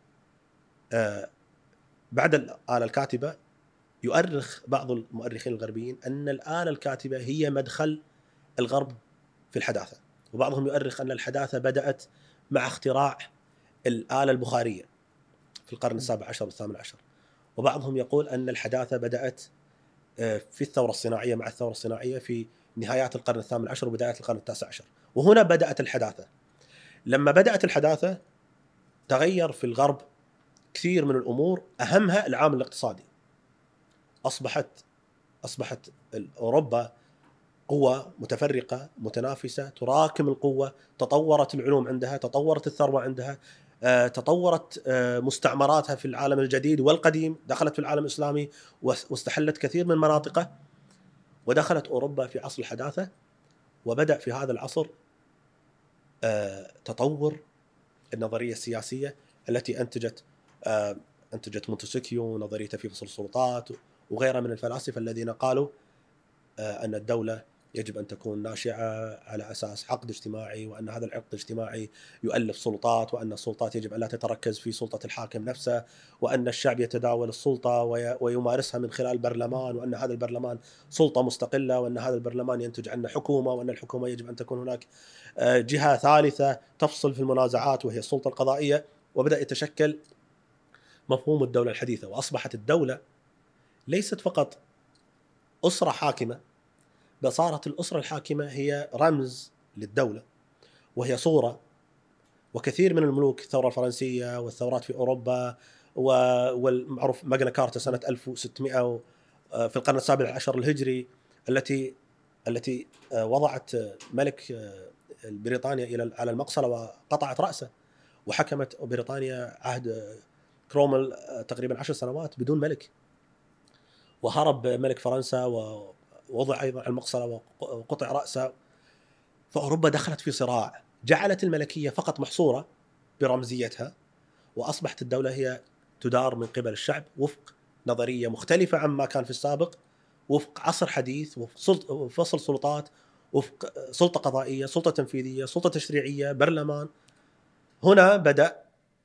بعد الآلة الكاتبة. يؤرخ بعض المؤرخين الغربيين أن الآلة الكاتبة هي مدخل الغرب في الحداثة، وبعضهم يؤرخ أن الحداثة بدأت مع اختراع الآلة البخارية في القرن السابع عشر والثامن عشر، وبعضهم يقول أن الحداثة بدأت في الثورة الصناعية، مع الثورة الصناعية في نهايات القرن الثامن عشر وبداية القرن التاسع عشر. وهنا بدأت الحداثة. لما بدأت الحداثة تغير في الغرب كثير من الأمور، أهمها العامل الاقتصادي. أصبحت أوروبا قوة متفرقة متنافسة تراكم القوة، تطورت العلوم عندها، تطورت الثروة عندها، تطورت مستعمراتها في العالم الجديد والقديم، دخلت في العالم الإسلامي واستحلت كثير من مناطقه، ودخلت أوروبا في عصر الحداثة. وبدأ في هذا العصر تطور النظرية السياسية التي أنتجت مونتسكيو نظريته في فصل السلطات وغيرها من الفلاسفة الذين قالوا أن الدولة يجب أن تكون ناشئة على أساس عقد اجتماعي، وأن هذا العقد الاجتماعي يؤلف سلطات، وأن السلطات يجب أن لا تتركز في سلطة الحاكم نفسه، وأن الشعب يتداول السلطة ويمارسها من خلال البرلمان، وأن هذا البرلمان سلطة مستقلة، وأن هذا البرلمان ينتج عنه حكومة، وأن الحكومة يجب أن تكون هناك جهة ثالثة تفصل في المنازعات وهي السلطة القضائية. وبدأ يتشكل مفهوم الدولة الحديثة، وأصبحت الدولة ليست فقط أسرة حاكمة، بل صارت الأسرة الحاكمة هي رمز للدولة وهي صورة. وكثير من الملوك، الثورة الفرنسية والثورات في أوروبا والمعروف ماغنا كارتا سنة 1600 في القرن السابع عشر الهجري التي وضعت ملك بريطانيا على المقصلة وقطعت رأسه، وحكمت بريطانيا عهد كرومل تقريبا 10 سنوات بدون ملك، وهرب ملك فرنسا ووضع أيضا على المقصلة وقطع رأسه. فأوروبا دخلت في صراع، جعلت الملكية فقط محصورة برمزيتها، وأصبحت الدولة هي تدار من قبل الشعب وفق نظرية مختلفة عما كان في السابق، وفق عصر حديث، وفق فصل سلطات، وفق سلطة قضائية، سلطة تنفيذية، سلطة تشريعية، برلمان. هنا بدأ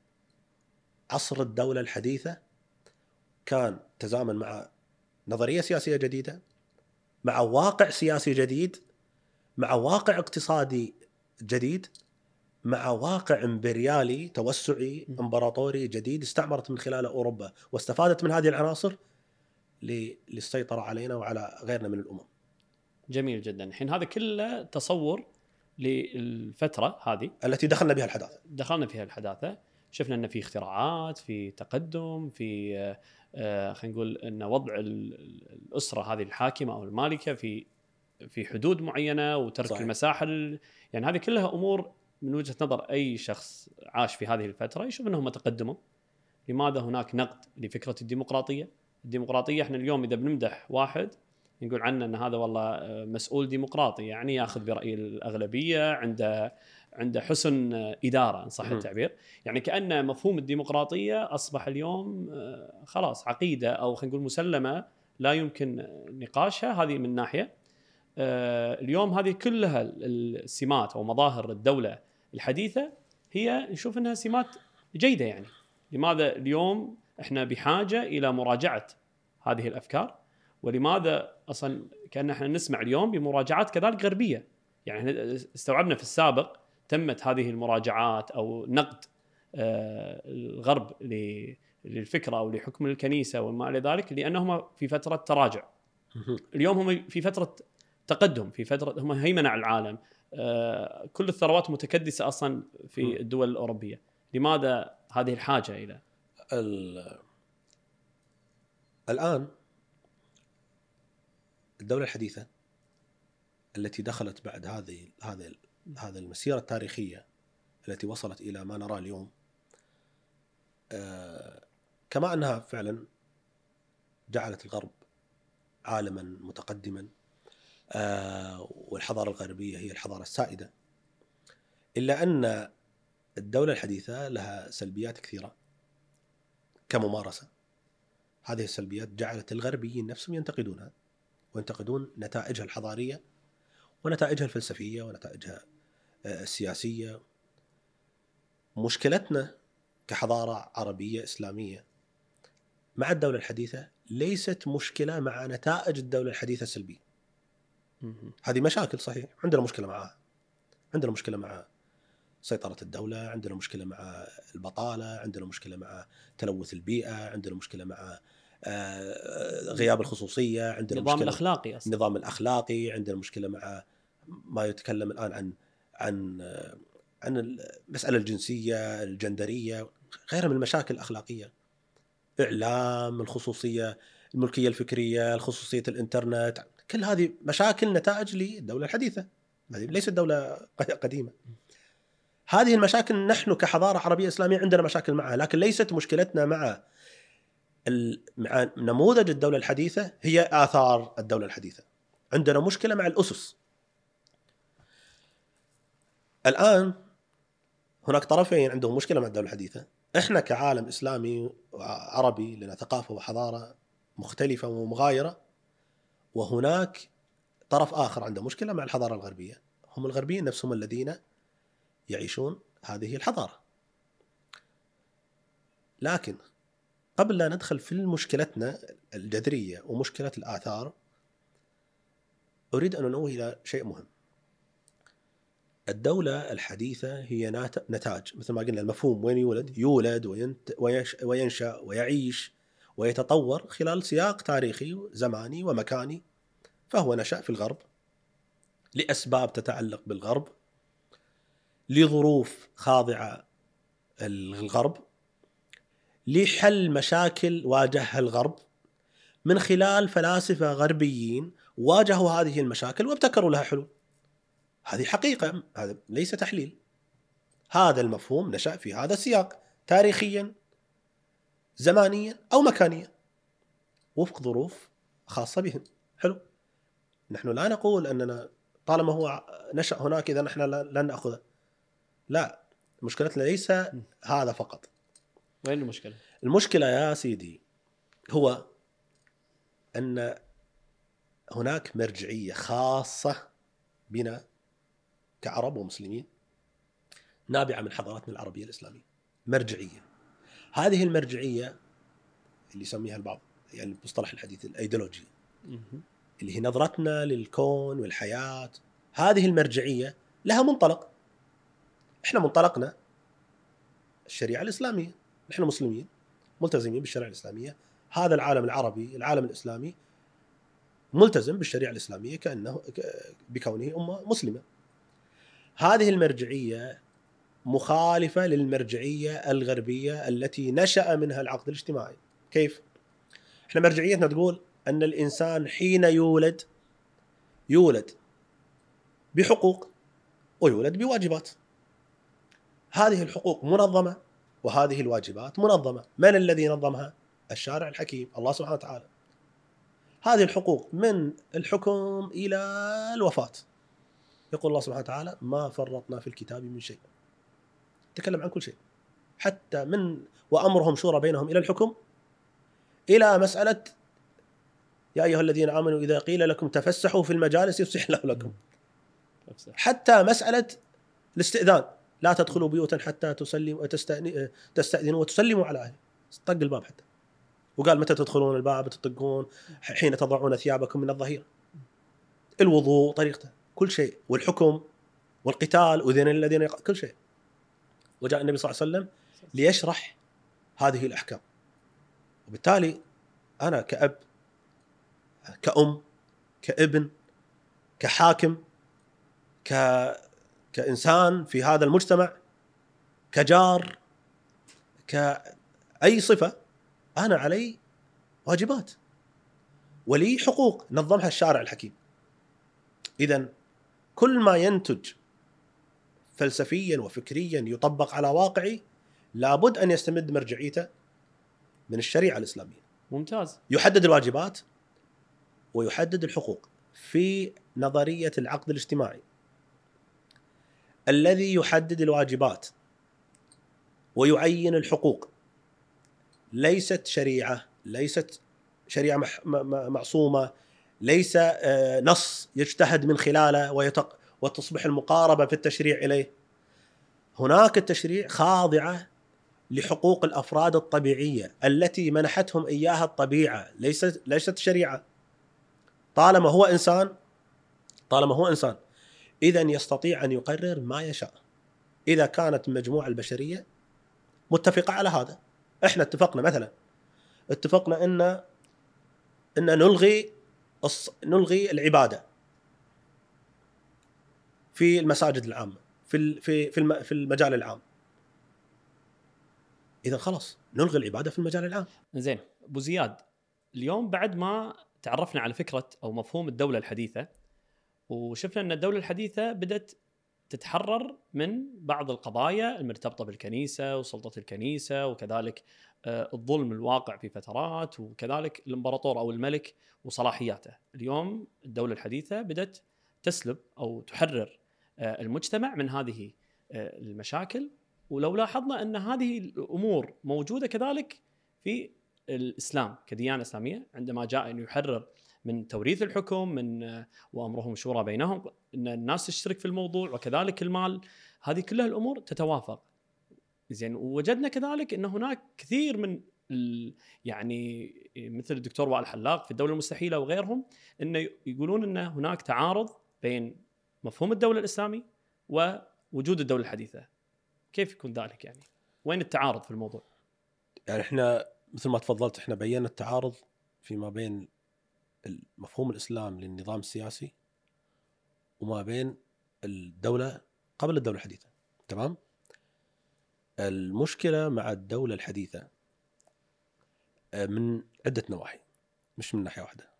عصر الدولة الحديثة، كان تزامن مع نظرية سياسية جديدة، مع واقع سياسي جديد، مع واقع اقتصادي جديد، مع واقع امبريالي توسعي امبراطوري جديد استعمرت من خلاله أوروبا، واستفادت من هذه العناصر للسيطرة علينا وعلى غيرنا من الأمم. جميل جدا. الحين هذا كله تصور للفترة هذه التي دخلنا فيها الحداثة. شفنا أن في اختراعات، في تقدم، في خلينا نقول أن وضع الأسرة هذه الحاكمة أو المالكة في حدود معينة، وترك صحيح. المساحة يعني هذه كلها أمور من وجهة نظر أي شخص عاش في هذه الفترة يشوف أنهم تقدموا. لماذا هناك نقد لفكرة الديمقراطية؟ احنا اليوم إذا بنمدح واحد نقول عنه أن هذا والله مسؤول ديمقراطي، يعني يأخذ برأي الأغلبية، عنده حسن إدارة إن صح التعبير. يعني كأن مفهوم الديمقراطية أصبح اليوم خلاص عقيدة، أو خلينا نقول مسلمة لا يمكن نقاشها. هذه من ناحية. اليوم هذه كلها السمات أو مظاهر الدولة الحديثة هي نشوف أنها سمات جيدة. يعني لماذا اليوم إحنا بحاجة إلى مراجعة هذه الأفكار؟ ولماذا أصلا كأن إحنا نسمع اليوم بمراجعات كذلك غربية؟ يعني استوعبنا في السابق تمت هذه المراجعات أو نقد الغرب للفكرة أو لحكم الكنيسة وما إلى ذلك، لأنهم في فترة تراجع. اليوم هم في فترة تقدم، في فترة هم هيمنة على العالم. كل الثروات متكدسة أصلا في الدول الأوروبية. لماذا هذه الحاجة إلى الآن الدولة الحديثة التي دخلت بعد هذه المسيرة التاريخية التي وصلت إلى ما نراه اليوم، كما أنها فعلا جعلت الغرب عالما متقدما والحضارة الغربية هي الحضارة السائدة، إلا أن الدولة الحديثة لها سلبيات كثيرة كممارسة. هذه السلبيات جعلت الغربيين نفسهم ينتقدونها، وينتقدون نتائجها الحضارية ونتائجها الفلسفية ونتائجها السياسية. مشكلتنا كحضارة عربية إسلامية مع الدولة الحديثة ليست مشكلة مع نتائج الدولة الحديثة السلبية. هذه مشاكل صحيح، عندنا مشكلة معها، عندنا مشكلة مع سيطرة الدولة، عندنا مشكلة مع البطالة، عندنا مشكلة مع تلوث البيئة، عندنا مشكلة مع غياب الخصوصية، عندنا النظام مشكلة الأخلاقي أصلاً. النظام الأخلاقي، عندنا مشكلة مع ما يتكلم الآن عن المسألة الجنسية الجندرية، غيرها من المشاكل الأخلاقية، إعلام، الخصوصية، الملكية الفكرية، الخصوصية الإنترنت، كل هذه مشاكل نتائج للدولة الحديثة، هذه ليست دولة قديمة. هذه المشاكل نحن كحضارة عربية إسلامية عندنا مشاكل معها، لكن ليست مشكلتنا مع نموذج الدولة الحديثة هي آثار الدولة الحديثة، عندنا مشكلة مع الأسس. الآن هناك طرفين عندهم مشكلة مع الدولة الحديثة، إحنا كعالم إسلامي وعربي لنا ثقافة وحضارة مختلفة ومغايرة، وهناك طرف آخر عنده مشكلة مع الحضارة الغربية، هم الغربيين نفسهم الذين يعيشون هذه الحضارة. لكن قبل لا ندخل في مشكلتنا الجذرية ومشكلة الآثار، أريد أن أنوه إلى شيء مهم. الدولة الحديثة هي نتاج، مثل ما قلنا المفهوم وين يولد وينشأ ويعيش ويتطور خلال سياق تاريخي زماني ومكاني، فهو نشأ في الغرب لأسباب تتعلق بالغرب، لظروف خاضعة الغرب، لحل مشاكل واجهها الغرب من خلال فلاسفة غربيين واجهوا هذه المشاكل وابتكروا لها حلول. هذه حقيقة، هذا ليس تحليل. هذا المفهوم نشأ في هذا السياق تاريخيا زمانيا أو مكانيا وفق ظروف خاصة بهم. حلو، نحن لا نقول أننا طالما هو نشأ هناك إذا نحن لن نأخذه، لا، مشكلتنا ليس هذا فقط. وين المشكلة؟ المشكلة يا سيدي هو أن هناك مرجعية خاصة بنا كعرب ومسلمين نابعة من حضارتنا العربية الإسلامية، مرجعية. هذه المرجعية اللي يسميها البعض يعني المصطلح الحديث الأيديولوجية، اللي هي نظرتنا للكون والحياة. هذه المرجعية لها منطلق، احنا منطلقنا الشريعة الإسلامية، نحن مسلمين ملتزمين بالشريعة الإسلامية. هذا العالم العربي العالم الإسلامي ملتزم بالشريعة الإسلامية كأنه بكونه أمة مسلمة. هذه المرجعية مخالفة للمرجعية الغربية التي نشأ منها العقد الاجتماعي. كيف؟ احنا مرجعيتنا تقول أن الإنسان حين يولد بحقوق ويولد بواجبات. هذه الحقوق منظمة وهذه الواجبات منظمة. من الذي نظمها؟ الشارع الحكيم الله سبحانه وتعالى. هذه الحقوق من الحكم إلى الوفاة، يقول الله سبحانه وتعالى ما فرطنا في الكتاب من شيء، تكلم عن كل شيء، حتى من وأمرهم شورى بينهم إلى الحكم، إلى مسألة يا أيها الذين آمنوا إذا قيل لكم تفسحوا في المجالس يفسح الله لكم، حتى مسألة الاستئذان، لا تدخلوا بيوتا حتى تستأذنوا وتسلموا على أهله، طق الباب حتى، وقال متى تدخلون الباب تطقون حين تضعون ثيابكم من الظهيرة، الوضوء طريقته، كل شيء، والحكم والقتال أذن الذين كل شيء. وجاء النبي صلى الله عليه وسلم ليشرح هذه الأحكام. وبالتالي أنا كأب كأم كابن كحاكم كإنسان في هذا المجتمع كجار كأي صفة، أنا علي واجبات ولي حقوق نظمها الشارع الحكيم. إذن كل ما ينتج فلسفيا وفكريا يطبق على واقعي لابد أن يستمد مرجعيته من الشريعة الإسلامية. ممتاز. يحدد الواجبات ويحدد الحقوق. في نظرية العقد الاجتماعي الذي يحدد الواجبات ويعين الحقوق ليست شريعة معصومة، ليس نص يجتهد من خلاله وتصبح المقاربة في التشريع إليه. هناك التشريع خاضعة لحقوق الأفراد الطبيعية التي منحتهم إياها الطبيعة، ليست شريعة. طالما هو إنسان إذن يستطيع أن يقرر ما يشاء إذا كانت المجموعة البشرية متفقة على هذا. إحنا اتفقنا مثلا أن ان نلغي العباده في المساجد العامه في المجال العام. اذا خلاص نلغي العباده في المجال العام. زين ابو زياد، اليوم بعد ما تعرفنا على فكره او مفهوم الدوله الحديثه، وشفنا ان الدوله الحديثه بدات تتحرر من بعض القضايا المرتبطه بالكنيسه وسلطه الكنيسه، وكذلك الظلم الواقع في فترات، وكذلك الامبراطور او الملك وصلاحياته. اليوم الدوله الحديثه بدات تسلب او تحرر المجتمع من هذه المشاكل. ولو لاحظنا ان هذه الامور موجوده كذلك في الاسلام كديانه اسلاميه، عندما جاء انه يحرر من توريث الحكم من وامرهم شورى بينهم، ان الناس تشترك في الموضوع، وكذلك المال. هذه كلها الامور تتوافق. زين، ووجدنا كذلك ان هناك كثير من يعني مثل الدكتور وائل حلاق في الدوله المستحيله وغيرهم، انه يقولون ان هناك تعارض بين مفهوم الدوله الاسلامي ووجود الدوله الحديثه. كيف يكون ذلك؟ يعني وين التعارض في الموضوع؟ يعني احنا مثل ما تفضلت، احنا بينا التعارض فيما بين مفهوم الإسلام للنظام السياسي وما بين الدولة قبل الدولة الحديثة. تمام؟ المشكلة مع الدولة الحديثة من عدة نواحي، مش من ناحية واحدة.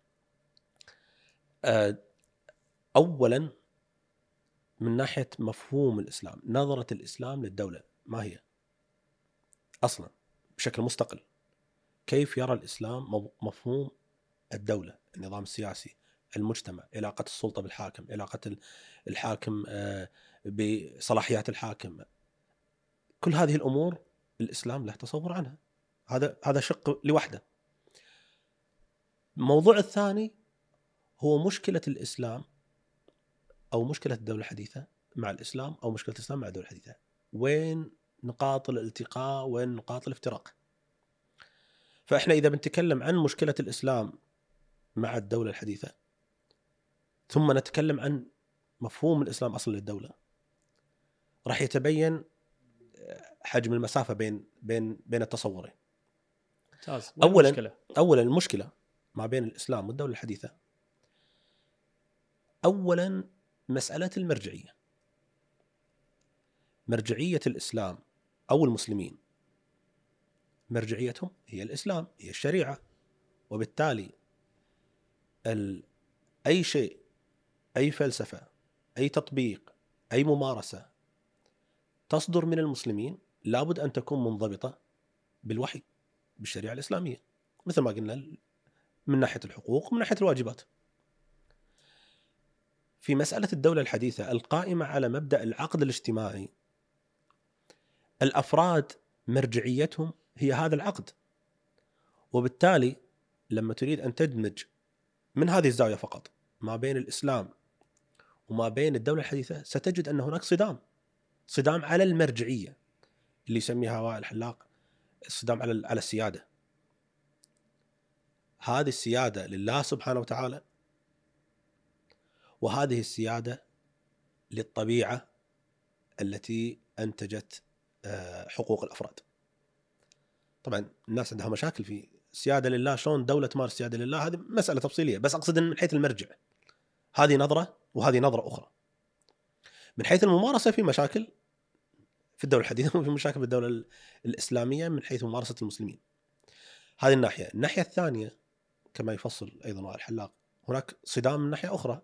أولا من ناحية مفهوم الإسلام، نظرة الإسلام للدولة ما هي أصلا بشكل مستقل. كيف يرى الإسلام مفهوم الدولة، النظام السياسي، المجتمع، علاقة السلطة بالحاكم، علاقة الحاكم بصلاحيات الحاكم. كل هذه الأمور الإسلام له تصور عنها. هذا شق لوحده. الموضوع الثاني هو مشكلة الإسلام أو مشكلة الدولة الحديثة مع الإسلام، أو مشكلة الإسلام مع الدولة الحديثة. وين نقاط الالتقاء، وين نقاط الافتراق؟ فإحنا إذا بنتكلم عن مشكلة الإسلام مع الدولة الحديثة، ثم نتكلم عن مفهوم الإسلام أصلا للدولة، راح يتبين حجم المسافة بين التصورين. أولا المشكلة ما بين الإسلام والدولة الحديثة، أولا مسألة المرجعية. مرجعية الإسلام أو المسلمين، مرجعيتهم هي الإسلام، هي الشريعة. وبالتالي أي شيء، أي فلسفة، أي تطبيق، أي ممارسة تصدر من المسلمين لابد أن تكون منضبطة بالوحي، بالشريعة الإسلامية، مثل ما قلنا من ناحية الحقوق ومن ناحية الواجبات. في مسألة الدولة الحديثة القائمة على مبدأ العقد الاجتماعي، الأفراد مرجعيتهم هي هذا العقد. وبالتالي لما تريد أن تدمج من هذه الزاوية فقط ما بين الإسلام وما بين الدولة الحديثة، ستجد أن هناك صدام على المرجعية اللي يسميها وائل الحلاق الصدام على السيادة. هذه السيادة لله سبحانه وتعالى، وهذه السيادة للطبيعة التي أنتجت حقوق الأفراد. طبعا الناس عندها مشاكل في السيادة لله، شلون دولة تمارس السيادة لله، هذه مسألة تفصيلية، بس أقصد من حيث المرجع هذه نظرة وهذه نظرة أخرى. من حيث الممارسة في مشاكل في الدولة الحديثة وفي مشاكل في الدولة الإسلامية من حيث ممارسة المسلمين. هذه الناحية الثانية كما يفصل أيضا وائل الحلاق، هناك صدام من ناحية أخرى.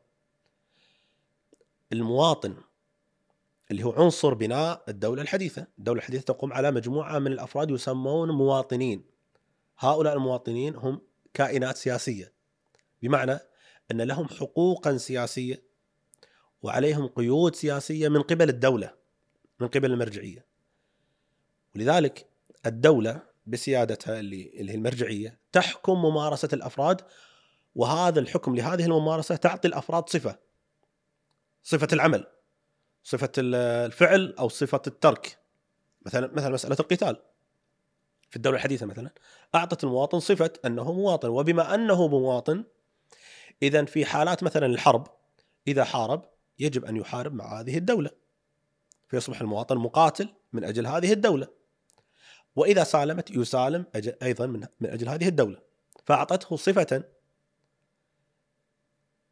المواطن اللي هو عنصر بناء الدولة الحديثة. الدولة الحديثة تقوم على مجموعة من الأفراد يسمون مواطنين. هؤلاء المواطنين هم كائنات سياسية، بمعنى أن لهم حقوقا سياسية وعليهم قيود سياسية من قبل الدولة، من قبل المرجعية. ولذلك الدولة بسيادتها اللي هي المرجعية تحكم ممارسة الأفراد، وهذا الحكم لهذه الممارسة تعطي الأفراد صفة العمل، صفة الفعل أو صفة الترك. مثلا مسألة القتال في الدولة الحديثة مثلا أعطت المواطن صفة أنه مواطن، وبما أنه مواطن إذن في حالات مثلا الحرب إذا حارب يجب أن يحارب مع هذه الدولة، فيصبح المواطن مقاتل من أجل هذه الدولة، وإذا سالمت يسالم أيضا من أجل هذه الدولة. فأعطته صفة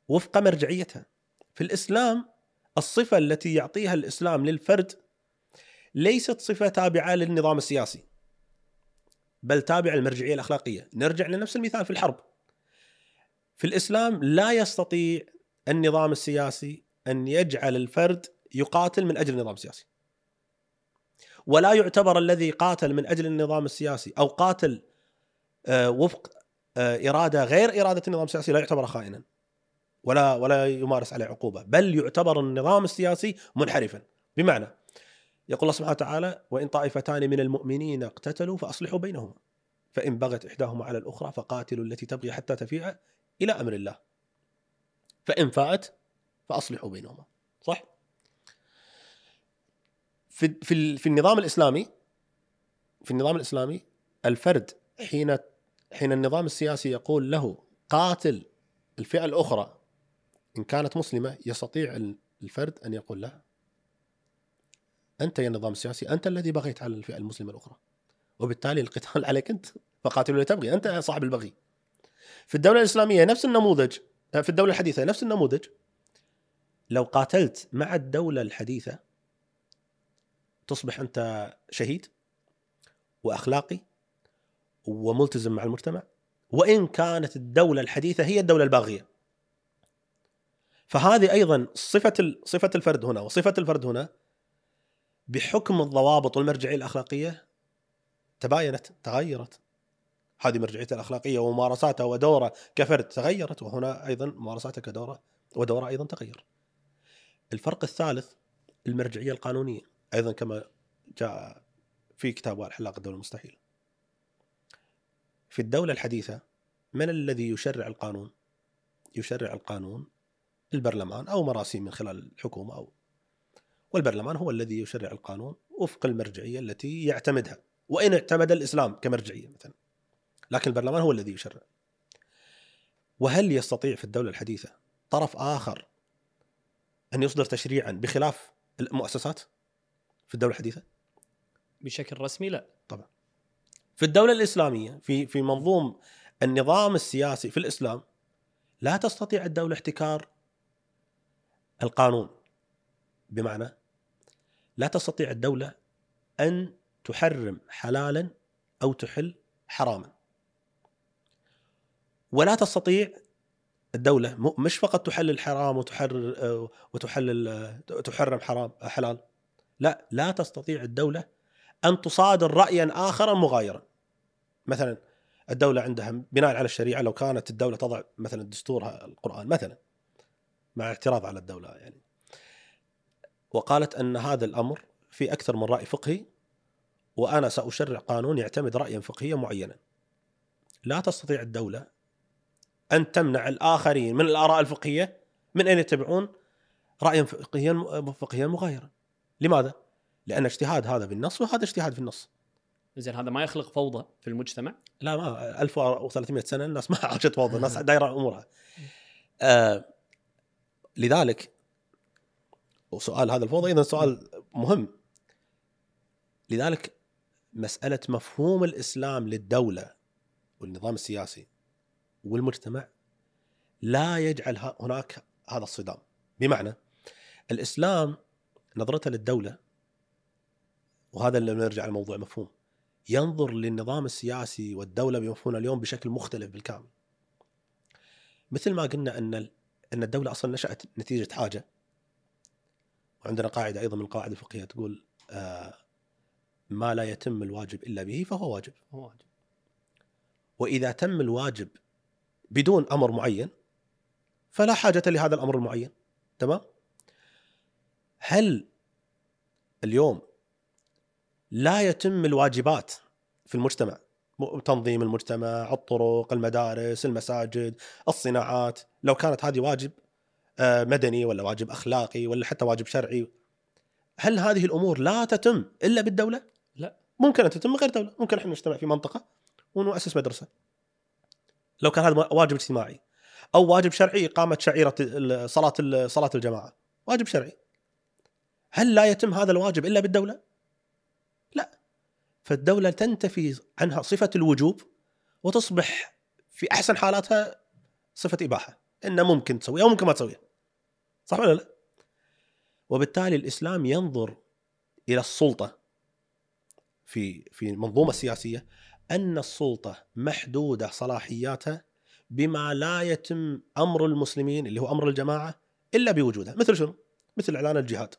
وفق مرجعيتها. في الإسلام الصفة التي يعطيها الإسلام للفرد ليست صفة تابعة للنظام السياسي، بل تابعة للمرجعية الأخلاقية. نرجع لنفس المثال في الحرب. في الإسلام لا يستطيع النظام السياسي أن يجعل الفرد يقاتل من أجل النظام السياسي، ولا يعتبر الذي قاتل من أجل النظام السياسي أو قاتل وفق إرادة غير إرادة النظام السياسي لا يعتبر خائنا ولا يمارس عليه عقوبة، بل يعتبر النظام السياسي منحرفا. بمعنى يقول الله سبحانه وتعالى: وإن طائفتان من المؤمنين اقتتلوا فأصلحوا بينهما فإن بغت إحداهما على الأخرى فقاتلوا التي تبغي حتى تفيء إلى أمر الله فإن فاءت فأصلحوا بينهما. صح؟ في النظام الإسلامي، الفرد حين النظام السياسي يقول له قاتل الفئة الأخرى إن كانت مسلمة، يستطيع الفرد أن يقول له: أنت يا النظام السياسي أنت الذي بغيت على الفئة المسلمة الأخرى، وبالتالي القتال عليك أنت، فقاتلوا التي تبغي، أنت صاحب البغي. في الدولة الإسلامية نفس النموذج، في الدولة الحديثة نفس النموذج. لو قاتلت مع الدولة الحديثة تصبح أنت شهيد وأخلاقي وملتزم مع المجتمع، وإن كانت الدولة الحديثة هي الدولة الباغية. فهذه أيضا صفة الفرد هنا، وصفة الفرد هنا بحكم الضوابط والمرجعية الأخلاقية تغيرت. هذه مرجعيته الأخلاقية وممارساته ودوره كفرد تغيرت، وهنا أيضا ممارساته كدوره ودوره أيضا تغير. الفرق الثالث المرجعية القانونية، أيضا كما جاء في كتاب الحلاق الدولة المستحيل. في الدولة الحديثة من الذي يشرع القانون؟ يشرع القانون البرلمان أو مراسيم من خلال الحكومة والبرلمان هو الذي يشرع القانون وفق المرجعية التي يعتمدها، وإن اعتمد الإسلام كمرجعية مثلا، لكن البرلمان هو الذي يشرع. وهل يستطيع في الدولة الحديثة طرف آخر أن يصدر تشريعا بخلاف المؤسسات في الدولة الحديثة؟ بشكل رسمي لا طبعا. في الدولة الإسلامية في منظوم النظام السياسي في الإسلام لا تستطيع الدولة احتكار القانون، بمعنى لا تستطيع الدولة أن تحرم حلالا أو تحل حراما، ولا تستطيع الدولة مش فقط تحل الحرام وتحرم حلال، لا تستطيع الدولة أن تصادر رأيا آخر مغايرا. مثلا الدولة عندها بناء على الشريعة، لو كانت الدولة تضع مثلا دستورها القرآن مثلا مع اعتراض على الدولة يعني، وقالت أن هذا الأمر في أكثر من رأي فقهي وأنا سأشرع قانون يعتمد رأيا فقهيا معينا، لا تستطيع الدولة أن تمنع الآخرين من الآراء الفقهية من أن يتبعون رأيا فقهيا مغايرا. لماذا؟ لأن اجتهاد هذا بالنص وهذا اجتهاد في النص. زين هذا ما يخلق فوضى في المجتمع؟ لا، ما 1300 سنة الناس ما عاشت فوضى، الناس دايرة أمورها. لذلك وسؤال هذا الفوضى أيضا سؤال مهم. لذلك مسألة مفهوم الإسلام للدولة والنظام السياسي والمجتمع لا يجعل هناك هذا الصدام. بمعنى الإسلام نظرته للدولة، وهذا اللي نرجع لموضوع مفهوم، ينظر للنظام السياسي والدولة بمفهومنا اليوم بشكل مختلف بالكامل. مثل ما قلنا أن الدولة أصلا نشأت نتيجة حاجة، وعندنا قاعدة أيضا من القواعد الفقهية تقول ما لا يتم الواجب إلا به فهو واجب. وإذا تم الواجب بدون أمر معين فلا حاجة لهذا الأمر المعين. تمام؟ هل اليوم لا يتم الواجبات في المجتمع، تنظيم المجتمع، الطرق، المدارس، المساجد، الصناعات، لو كانت هذه واجب مدني ولا واجب أخلاقي ولا حتى واجب شرعي، هل هذه الأمور لا تتم إلا بالدولة؟ لا، ممكن أن تتم غير دولة. ممكن احنا نجتمع في منطقة ونؤسس مدرسة لو كان هذا واجب اجتماعي، أو واجب شرعي إقامة شعيرة صلاة الجماعة، واجب شرعي. هل لا يتم هذا الواجب إلا بالدولة؟ لا. فالدولة تنتفي عنها صفة الوجوب وتصبح في أحسن حالاتها صفة إباحة. إنه ممكن تسويها أو ممكن ما تسويها، صح ولا لا؟ وبالتالي الإسلام ينظر إلى السلطة في المنظومة السياسية أن السلطة محدودة صلاحياتها بما لا يتم أمر المسلمين اللي هو أمر الجماعة إلا بوجودها. مثل شنو؟ مثل إعلان الجهاد،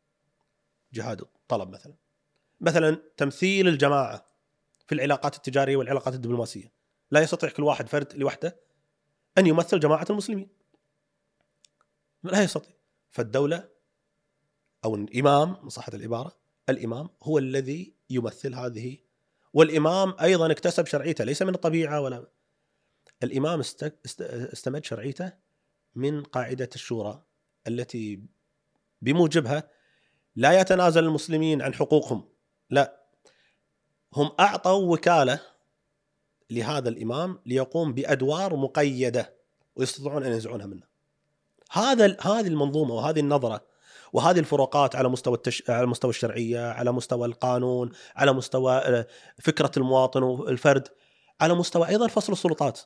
جهاد الطلب مثلا تمثيل الجماعة في العلاقات التجارية والعلاقات الدبلوماسية. لا يستطيع كل واحد فرد لوحده أن يمثل جماعة المسلمين، لا يستطيع. فالدولة أو الإمام، صحة العبارة، الإمام هو الذي يمثل هذه. والإمام أيضا اكتسب شرعيته ليس من الطبيعة، ولا الإمام استمد شرعيته من قاعدة الشورى التي بموجبها لا يتنازل المسلمين عن حقوقهم، لا، هم أعطوا وكالة لهذا الإمام ليقوم بأدوار مقيدة ويستطيعون أن ينزعونها منه. هذه المنظومة وهذه النظرة وهذه الفروقات على مستوى على مستوى الشرعية، على مستوى القانون، على مستوى فكرة المواطن والفرد، على مستوى أيضا فصل السلطات.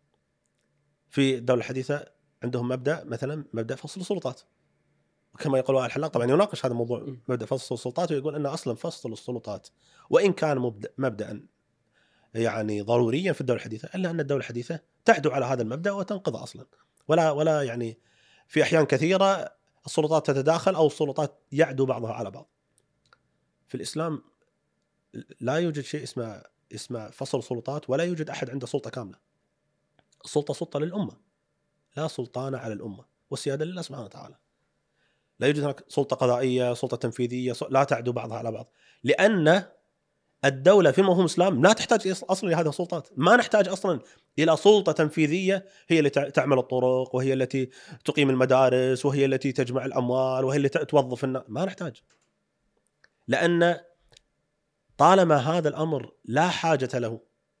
في الدولة الحديثة عندهم مثلا مبدأ فصل السلطات، وكما يقول الحلاق طبعا يناقش هذا الموضوع مبدأ فصل السلطات، ويقول أن أصلا فصل السلطات وإن كان مبدأ يعني ضروريا في الدولة الحديثة، إلا أن الدولة الحديثة تعدو على هذا المبدأ وتنقضه أصلا. ولا يعني في أحيان كثيرة السلطات تتداخل أو السلطات يعدو بعضها على بعض. في الإسلام لا يوجد شيء اسمه فصل سلطات، ولا يوجد أحد عنده سلطة كاملة. السلطة سلطة للأمة، لا سلطان على الأمة، والسيادة لله سبحانه وتعالى. لا يوجد هناك سلطة قضائية، سلطة تنفيذية، لا تعدو بعضها على بعض، لأن الدولة في مفهوم الإسلام لا تحتاج أصلا لهذه السلطات. ما نحتاج أصلا إلى سلطة تنفيذية هي التي تعمل الطرق، وهي التي تقيم المدارس، وهي التي تجمع الأموال، وهي التي توظف الناس. ما نحتاج، لأن طالما هذا الأمر لا حاجة له.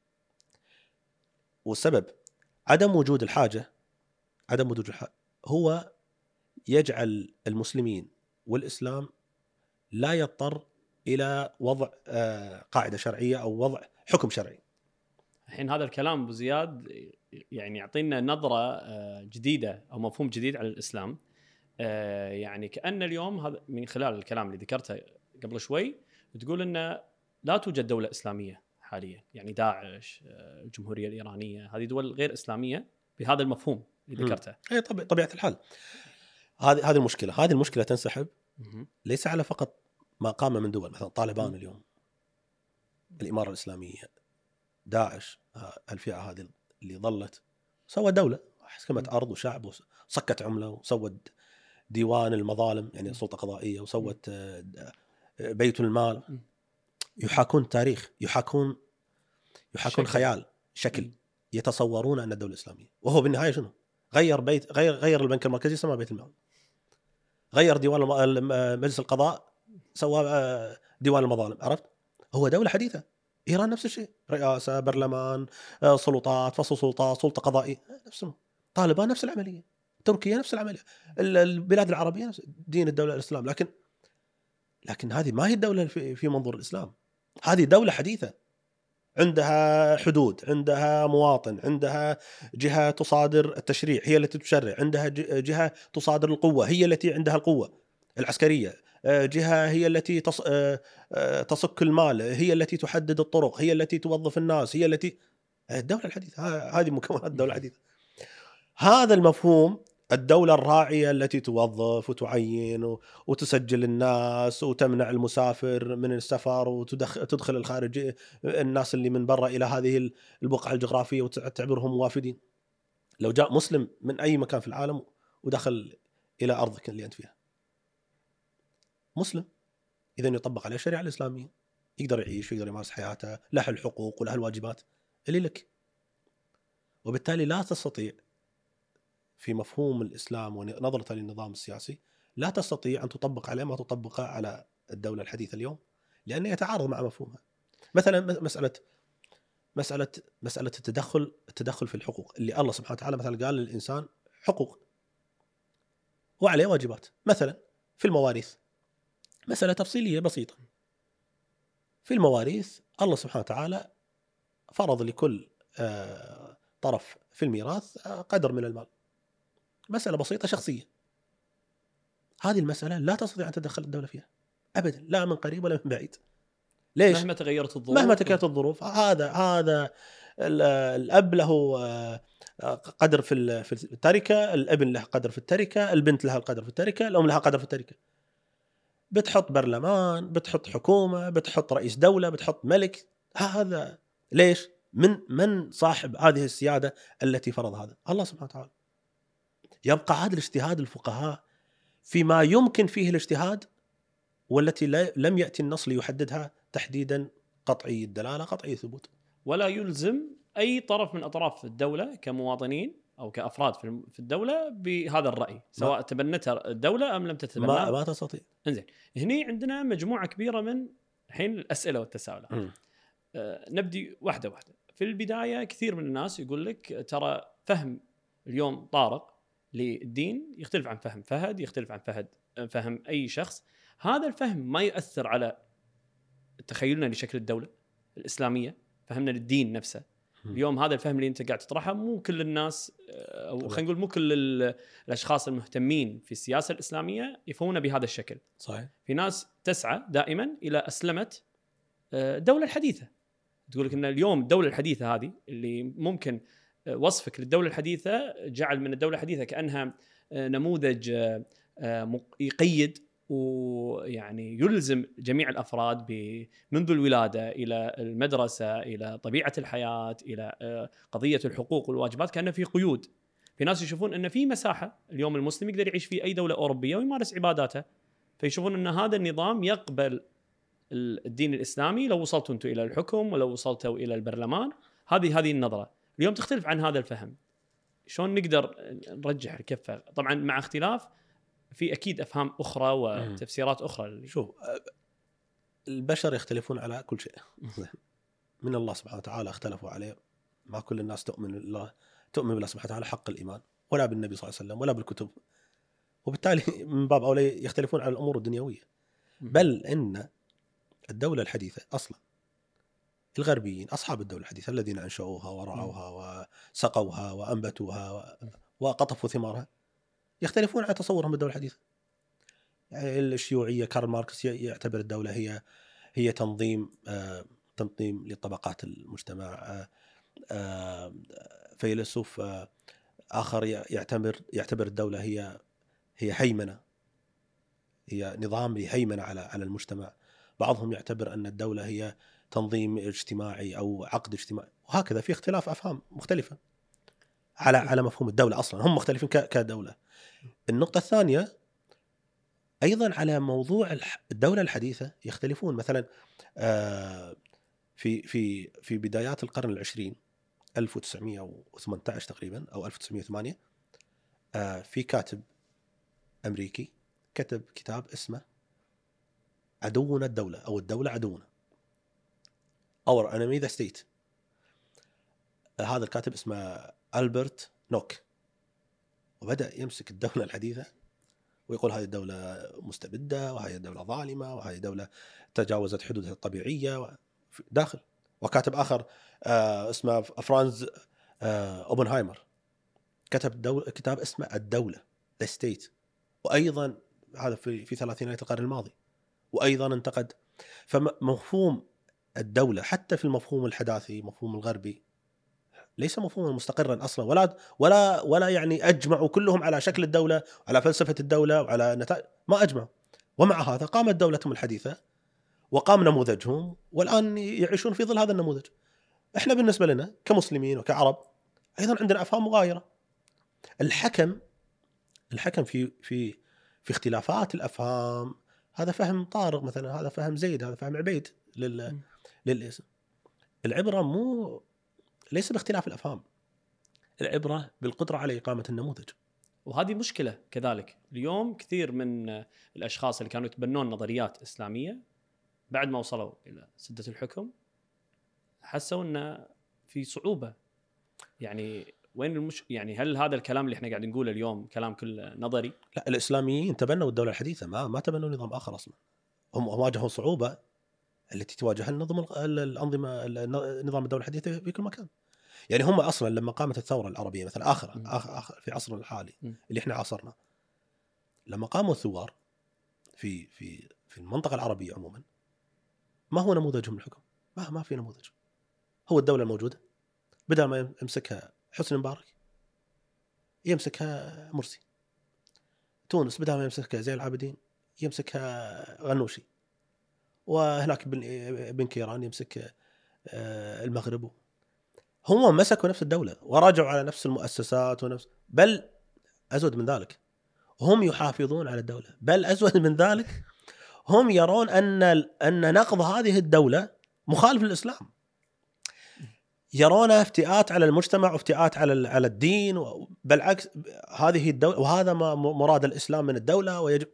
والسبب عدم وجود الحاجة هو يجعل المسلمين والإسلام لا يضطر إلى وضع قاعدة شرعية أو وضع حكم شرعي. الحين هذا الكلام أبو زياد يعني يعطينا نظرة جديدة أو مفهوم جديد على الإسلام. يعني كأن اليوم هذا من خلال الكلام اللي ذكرته قبل شوي تقول أن لا توجد دولة إسلامية حاليا، يعني داعش، الجمهورية الإيرانية، هذه دول غير إسلامية بهذا المفهوم اللي ذكرته. هي طبيعة الحال. هذه المشكلة تنسحب ليس على فقط ما قام من دول، مثلا طالبان اليوم، الإمارة الإسلامية، داعش، الفئة هذه اللي ظلت سوى دولة، حكمت أرض وشعب، وصكت عملة، وسوت ديوان المظالم يعني سلطة قضائية، وسوت بيت المال. يحاكون تاريخ، يحاكون خيال، شكل، يتصورون أن الدولة الإسلامية، وهو بالنهاية شنو؟ غير البنك المركزي، سماه بيت المال. غير ديوان مجلس القضاء، سوى ديوان المظالم. عرفت؟ هو دولة حديثة. إيران نفس الشيء، رئاسة، برلمان، سلطات، فصل سلطات، سلطة قضائية، نفسه. طالبان نفس العملية، تركيا نفس العملية، البلاد العربية نفس دين الدولة الإسلام. لكن هذه ما هي الدولة في منظور الإسلام. هذه دولة حديثة، عندها حدود، عندها مواطن، عندها جهة تصادر التشريع هي التي تشرع، عندها جهة تصادر القوة هي التي عندها القوة العسكرية، جهة هي التي تصك المال، هي التي تحدد الطرق، هي التي توظف الناس، هي التي الدولة الحديثة. هذه مكونات الدولة الحديثة. هذا المفهوم، الدولة الراعية التي توظف وتعين وتسجل الناس وتمنع المسافر من السفر وتدخل الخارجي الناس اللي من برا إلى هذه البقعة الجغرافية وتعتبرهم وافدين. لو جاء مسلم من أي مكان في العالم ودخل إلى أرضك اللي أنت فيها، مسلم، إذن يطبق عليه الشريعة الإسلامية، يقدر يعيش ويقدر يمارس حياته، له الحقوق وله الواجبات اللي لك. وبالتالي لا تستطيع في مفهوم الإسلام ونظرته للنظام السياسي، لا تستطيع أن تطبق عليه ما تطبقه على الدولة الحديثة اليوم، لأنه يتعارض مع مفهومها. مثلا مسألة التدخل في الحقوق، اللي الله سبحانه وتعالى مثلا قال للإنسان حقوق وعليه واجبات. مثلا في المواريث، مسألة تفصيلية بسيطة. في المواريث الله سبحانه وتعالى فرض لكل طرف في الميراث قدر من المال، مسألة بسيطة شخصية، هذه المسألة لا تستطيع أن تتدخل الدولة فيها أبدا، لا من قريب ولا من بعيد. ليش؟ مهما تغيرت الظروف، مهما تغيرت الظروف. هذا الأب له قدر في التركة، الابن له قدر في التركة، البنت لها القدر في التركة، الأم لها قدر في التركة. بتحط برلمان، بتحط حكومة، بتحط رئيس دولة، بتحط ملك. هذا ليش؟ من صاحب هذه السيادة التي فرض هذا؟ الله سبحانه وتعالى. يبقى عادل اجتهاد الفقهاء فيما يمكن فيه الاجتهاد، والتي لم يأتي النص ليحددها تحديدا قطعي الدلالة قطعي الثبوت. ولا يلزم أي طرف من أطراف الدولة كمواطنين أو كأفراد في الدولة بهذا الرأي، سواء تبنتها الدولة أم لم تتبناها. ما تستطيع. إنزين، هني عندنا مجموعة كبيرة من الحين الأسئلة والتساؤلات. نبدي واحدة واحدة. في البداية كثير من الناس يقول لك ترى فهم اليوم طارق للدين يختلف عن فهم فهد، يختلف عن فهم أي شخص. هذا الفهم ما يؤثر على تخيلنا لشكل الدولة الإسلامية، فهمنا للدين نفسه. اليوم هذا الفهم اللي أنت قاعد تطرحه مو كل الناس، أو خلينا نقول مو كل الأشخاص المهتمين في السياسة الإسلامية يفهمون بهذا الشكل. صحيح. في ناس تسعى دائما إلى أسلمة الدولة الحديثة، تقول لك ان اليوم الدوله الحديثه هذه اللي ممكن وصفك للدوله الحديثه جعل من الدوله الحديثه كانها نموذج يقيد ويعني يلزم جميع الافراد منذ الولاده الى المدرسه الى طبيعه الحياه الى قضيه الحقوق والواجبات، كانه في قيود. في ناس يشوفون ان في مساحه اليوم المسلم يقدر يعيش في اي دوله اوروبيه ويمارس عباداته، فيشوفون ان هذا النظام يقبل الدين الإسلامي لو وصلتوا أنتم إلى الحكم ولو وصلتوا إلى البرلمان. هذه النظرة اليوم تختلف عن هذا الفهم. شلون نقدر نرجح الكفة؟ طبعا مع اختلاف في أكيد أفهام أخرى وتفسيرات أخرى. شوف، البشر يختلفون على كل شيء. من الله سبحانه وتعالى اختلفوا عليه. ما كل الناس تؤمن بالله سبحانه وتعالى حق الإيمان، ولا بالنبي صلى الله عليه وسلم، ولا بالكتب. وبالتالي من باب أولى يختلفون على الأمور الدنيوية. بل إن الدولة الحديثة أصلا الغربيين أصحاب الدولة الحديثة الذين أنشأوها ورعوها وسقوها وأنبتوها وقطفوا ثمارها يختلفون على تصورهم بالدولة الحديثة. يعني الشيوعية كارل ماركس يعتبر الدولة هي تنظيم لطبقات المجتمع. فيلسوف آخر يعتبر الدولة هي هيمنة، هي نظام لهيمنة على المجتمع. بعضهم يعتبر أن الدولة هي تنظيم اجتماعي أو عقد اجتماعي، وهكذا في اختلاف أفهام مختلفة على مفهوم الدولة. أصلا هم مختلفين كدولة. النقطة الثانية أيضا على موضوع الدولة الحديثة يختلفون. مثلا في بدايات القرن العشرين 1918 تقريبا أو 1908 في كاتب أمريكي كتب كتاب اسمه عدونا الدولة أو الدولة عدونا، Our Enemy the State. هذا الكاتب اسمه ألبرت نوك، وبدأ يمسك الدولة الحديثة ويقول هذه الدولة مستبدة، وهذه الدولة ظالمة، وهذه الدولة تجاوزت حدودها الطبيعية داخل. وكاتب آخر اسمه فرانز أوبنهايمر كتب كتاب اسمه الدولة the State، وأيضا هذا في ثلاثينات القرن الماضي، وأيضا انتقد. فمفهوم الدولة حتى في المفهوم الحداثي مفهوم الغربي ليس مفهوما مستقرا أصلا، ولا يعني أجمعوا كلهم على شكل الدولة وعلى فلسفة الدولة وعلى نتائج، ما أجمعوا. ومع هذا قامت دولتهم الحديثة وقام نموذجهم، والآن يعيشون في ظل هذا النموذج. إحنا بالنسبة لنا كمسلمين وكعرب أيضا عندنا أفهام مغايرة. الحكم في اختلافات الأفهام، هذا فهم طارق مثلا، هذا فهم زيد، هذا فهم عبيد للاسم. العبرة ليس باختلاف الأفهام، العبرة بالقدرة على إقامة النموذج. وهذه مشكلة كذلك. اليوم كثير من الأشخاص اللي كانوا يتبنون نظريات إسلامية بعد ما وصلوا إلى سدة الحكم حسوا أن في صعوبة. يعني وين يعني هل هذا الكلام اللي احنا قاعد نقوله اليوم كلام كله نظري؟ لا، الإسلاميين تبنوا الدولة الحديثة، ما تبنوا نظام آخر أصلا. هم واجهوا صعوبة التي تواجه الأنظمة نظام الدولة الحديثة في كل مكان. يعني هم اصلا لما قامت الثوره العربيه مثلا آخر في عصرنا الحالي اللي احنا عاصرنا، لما قاموا الثوار في المنطقه العربيه عموما، ما هو نموذجهم الحكم؟ ما في نموذج. هو الدوله الموجوده بدل ما يمسكها حسني مبارك يمسكها مرسي. تونس بدل ما يمسكها زين العابدين يمسكها غنوشي. وهناك بن كيران يمسك المغرب. هم مسكوا نفس الدولة وراجعوا على نفس المؤسسات ونفس، بل أزود من ذلك هم يحافظون على الدولة، بل أزود من ذلك هم يرون أن نقض هذه الدولة مخالف للإسلام، يرون افتئات على المجتمع وافتئات على الدين، بالعكس هذه الدولة وهذا ما مراد الإسلام من الدولة، ويجب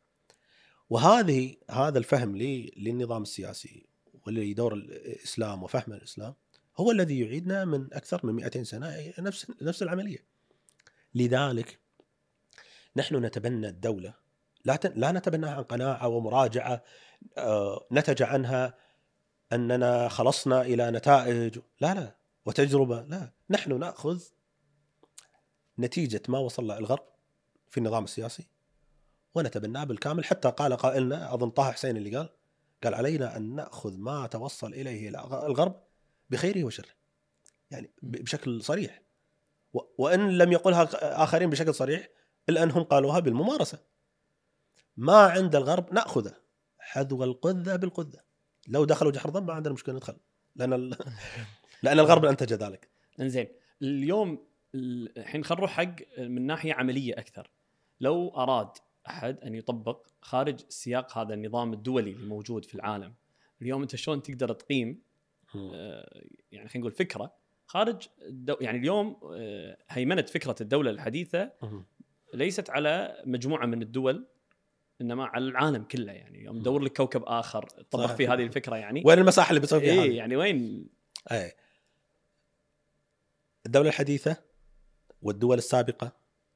هذا الفهم للنظام السياسي ولدور الإسلام وفهم الإسلام هو الذي يعيدنا من أكثر من 200 سنة نفس العملية. لذلك نحن نتبنى الدولة، لا نتبناها عن قناعة ومراجعة نتج عنها أننا خلصنا إلى نتائج لا وتجربة، لا، نحن نأخذ نتيجة ما وصل له الغرب في النظام السياسي ونتبناه بالكامل. حتى قال قائلنا، أظن طه حسين اللي قال علينا أن نأخذ ما توصل إليه الغرب بخيره وشره، يعني بشكل صريح، وإن لم يقولها آخرين بشكل صريح إلا أنهم قالوها بالممارسة. ما عند الغرب نأخذه حذو القذة بالقذة، لو دخلوا جحر ضب ما عندنا مشكلة ندخل، لأن الغرب أنتج ذلك. إنزين، اليوم الحين خلينا نروح حق من ناحية عملية أكثر. لو أراد أحد أن يطبق خارج السياق هذا النظام الدولي اللي موجود في العالم اليوم، أنت شلون تقدر تقيم يعني خلينا نقول فكرة خارج يعني اليوم هيمنة فكرة الدولة الحديثة ليست على مجموعة من الدول إنما على العالم كله. يعني يوم ندور لك كوكب آخر طبق فيه هذه الفكرة، يعني وين المساحة اللي بتسوي فيها؟ يعني وين؟ الدولة الحديثة والدول السابقة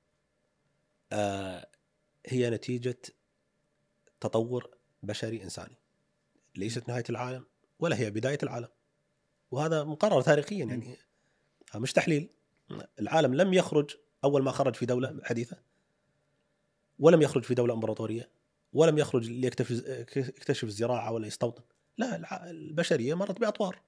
هي نتيجة تطور بشري إنساني، ليست نهاية العالم ولا هي بداية العالم، وهذا مقرر تاريخيا، يعني مش تحليل. العالم لم يخرج أول ما خرج في دولة حديثة، ولم يخرج في دولة إمبراطورية، ولم يخرج ليكتشف الزراعة ولا يستوطن. لا، البشرية مرت بأطوار.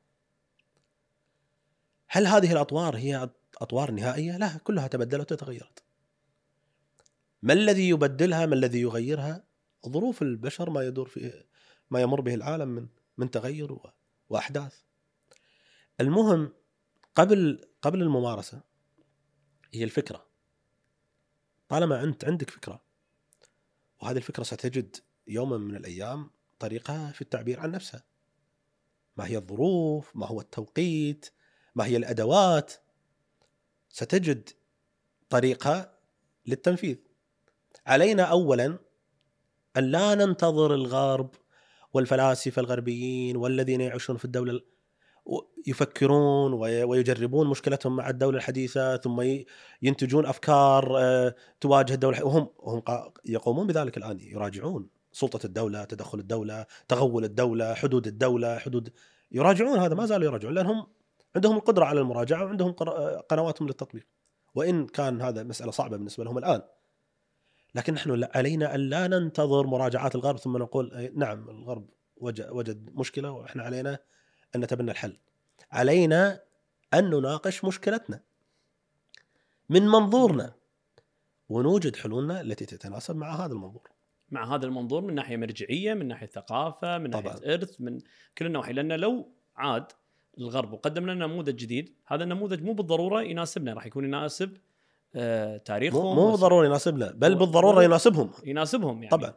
هل هذه الأطوار هي أطوار نهائية؟ لا، كلها تبدلت وتغيرت. ما الذي يبدلها؟ ما الذي يغيرها؟ ظروف البشر، ما يمر به العالم من تغير وأحداث. المهم قبل الممارسة هي الفكرة. طالما أنت عندك فكرة، وهذه الفكرة ستجد يوما من الأيام طريقة في التعبير عن نفسها. ما هي الظروف؟ ما هو التوقيت؟ ما هي الأدوات؟ ستجد طريقة للتنفيذ. علينا أولا أن لا ننتظر الغرب والفلاسفة الغربيين والذين يعيشون في الدولة يفكرون ويجربون مشكلتهم مع الدولة الحديثة ثم ينتجون أفكار تواجه الدولة، وهم يقومون بذلك الآن. يراجعون سلطة الدولة، تدخل الدولة، تغول الدولة، حدود الدولة، يراجعون هذا، ما زالوا يراجعون، لأنهم عندهم القدرة على المراجعة وعندهم قنواتهم للتطبيق، وإن كان هذا مسألة صعبة بالنسبة لهم الآن. لكن نحن علينا أن لا ننتظر مراجعات الغرب ثم نقول نعم الغرب وجد مشكلة وإحنا علينا أن نتبنى الحل. علينا أن نناقش مشكلتنا من منظورنا ونوجد حلولنا التي تتناسب مع هذا المنظور، من ناحية مرجعية، من ناحية ثقافة، من ناحية إرث، من كل النواحي. لأن لو عاد الغرب وقدم لنا نموذج جديد، هذا النموذج مو بالضرورة يناسبنا، راح يكون يناسب تاريخهم، مو ضروري يناسبنا، بل بالضرورة يناسبهم يعني. طبعا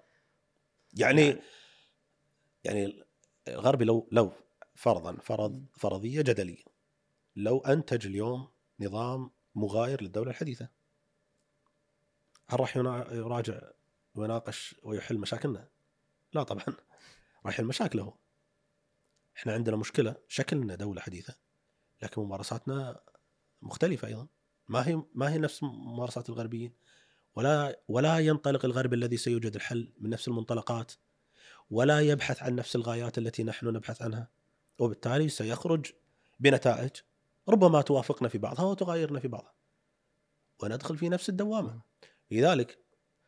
يعني الغربي لو فرضية جدلية، لو أنتج اليوم نظام مغاير للدولة الحديثة، هل راح يراجع ويناقش ويحل مشاكلنا؟ لا طبعا، راح يحل مشاكله. احنا عندنا مشكلة، شكلنا دولة حديثة لكن ممارساتنا مختلفة أيضا، ما هي نفس ممارسات الغربيين، ولا ينطلق الغرب الذي سيوجد الحل من نفس المنطلقات، ولا يبحث عن نفس الغايات التي نحن نبحث عنها، وبالتالي سيخرج بنتائج ربما توافقنا في بعضها وتغايرنا في بعضها وندخل في نفس الدوامة. لذلك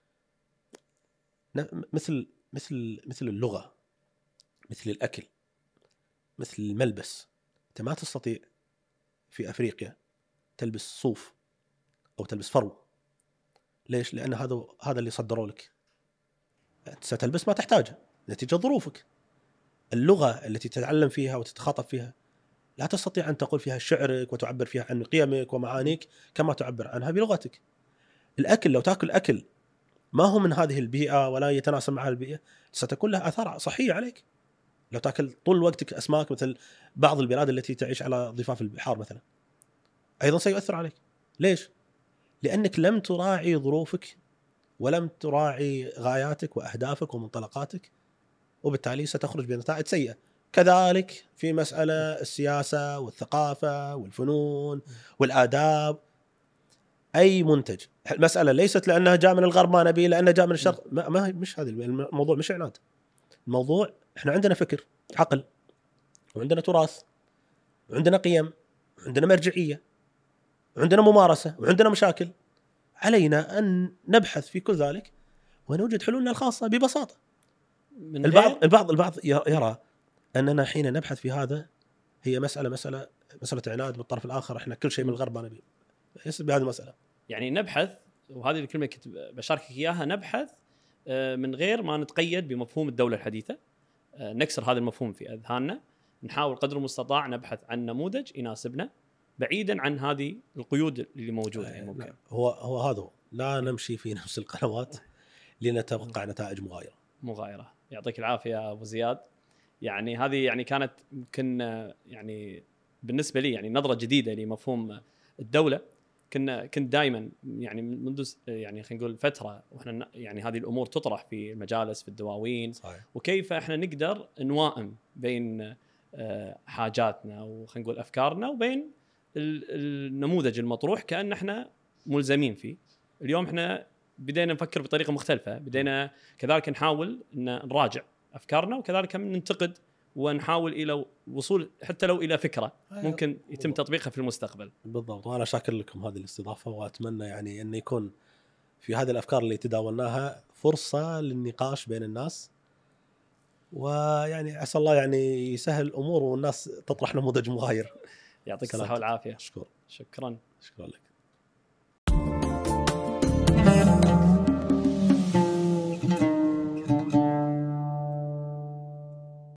مثل اللغة، مثل الأكل، مثل الملبس. أنت ما تستطيع في أفريقيا تلبس صوف أو تلبس فرو. ليش؟ لأن هذا اللي صدروا لك. أنت ستلبس ما تحتاجه نتيجة ظروفك. اللغة التي تتعلم فيها وتتخاطب فيها لا تستطيع أن تقول فيها شعرك وتعبر فيها عن قيمك ومعانيك كما تعبر عنها بلغتك. الأكل، لو تأكل أكل ما هو من هذه البيئة ولا يتناسب مع البيئة، ستكون له آثار صحية عليك. لو تأكل طول وقتك أسماك مثل بعض البلاد التي تعيش على ضفاف البحار مثلا، أيضا سيؤثر عليك. ليش؟ لأنك لم تراعي ظروفك ولم تراعي غاياتك وأهدافك ومنطلقاتك، وبالتالي ستخرج بنتائج سيئة. كذلك في مسألة السياسة والثقافة والفنون والآداب. أي منتج، المسألة ليست لأنها جاء من الغرب ما نبي، لأنها جاء من الشرق ما مش هذا الموضوع، مش عناد. الموضوع إحنا عندنا فكر، عقل، وعندنا تراث، وعندنا قيم، وعندنا مرجعية، وعندنا ممارسة، وعندنا مشاكل. علينا أن نبحث في كل ذلك ونوجد حلولنا الخاصة ببساطة. البعض يرى أننا حين نبحث في هذا هي مسألة عناد من الطرف الآخر، إحنا كل شيء من الغرب ما نبي. يصير بهذه المسألة يعني نبحث، وهذه الكلمة كنت بشاركك إياها، نبحث من غير ما نتقيد بمفهوم الدولة الحديثة. نكسر هذا المفهوم في أذهاننا، نحاول قدر المستطاع نبحث عن نموذج يناسبنا بعيدا عن هذه القيود اللي موجودة. يعني ممكن هو هذا، لا نمشي في نفس القنوات لنتوقع نتائج مغايرة. يعطيك العافية يا أبو زياد. يعني هذه يعني كانت يمكن يعني بالنسبة لي يعني نظرة جديدة لمفهوم الدولة. كنت دائما يعني منذ يعني خلينا نقول فترة واحنا يعني هذه الأمور تطرح في المجالس في الدواوين. صحيح. وكيف احنا نقدر نوائم بين حاجاتنا وخلينا نقول أفكارنا وبين النموذج المطروح كأن احنا ملزمين فيه. اليوم احنا بدينا نفكر بطريقة مختلفة، بدينا كذلك نحاول أن نراجع أفكارنا، وكذلك ننتقد ونحاول إلى وصول حتى لو إلى فكرة ممكن يتم تطبيقها في المستقبل. بالضبط. وأنا شاكر لكم هذه الاستضافة، وأتمنى يعني أن يكون في هذه الأفكار اللي تداولناها فرصة للنقاش بين الناس، ويعني عسى الله يعني يسهل الأمور والناس تطرح نموذج مغاير. يعطيك الصحة والعافية. شكرا لك.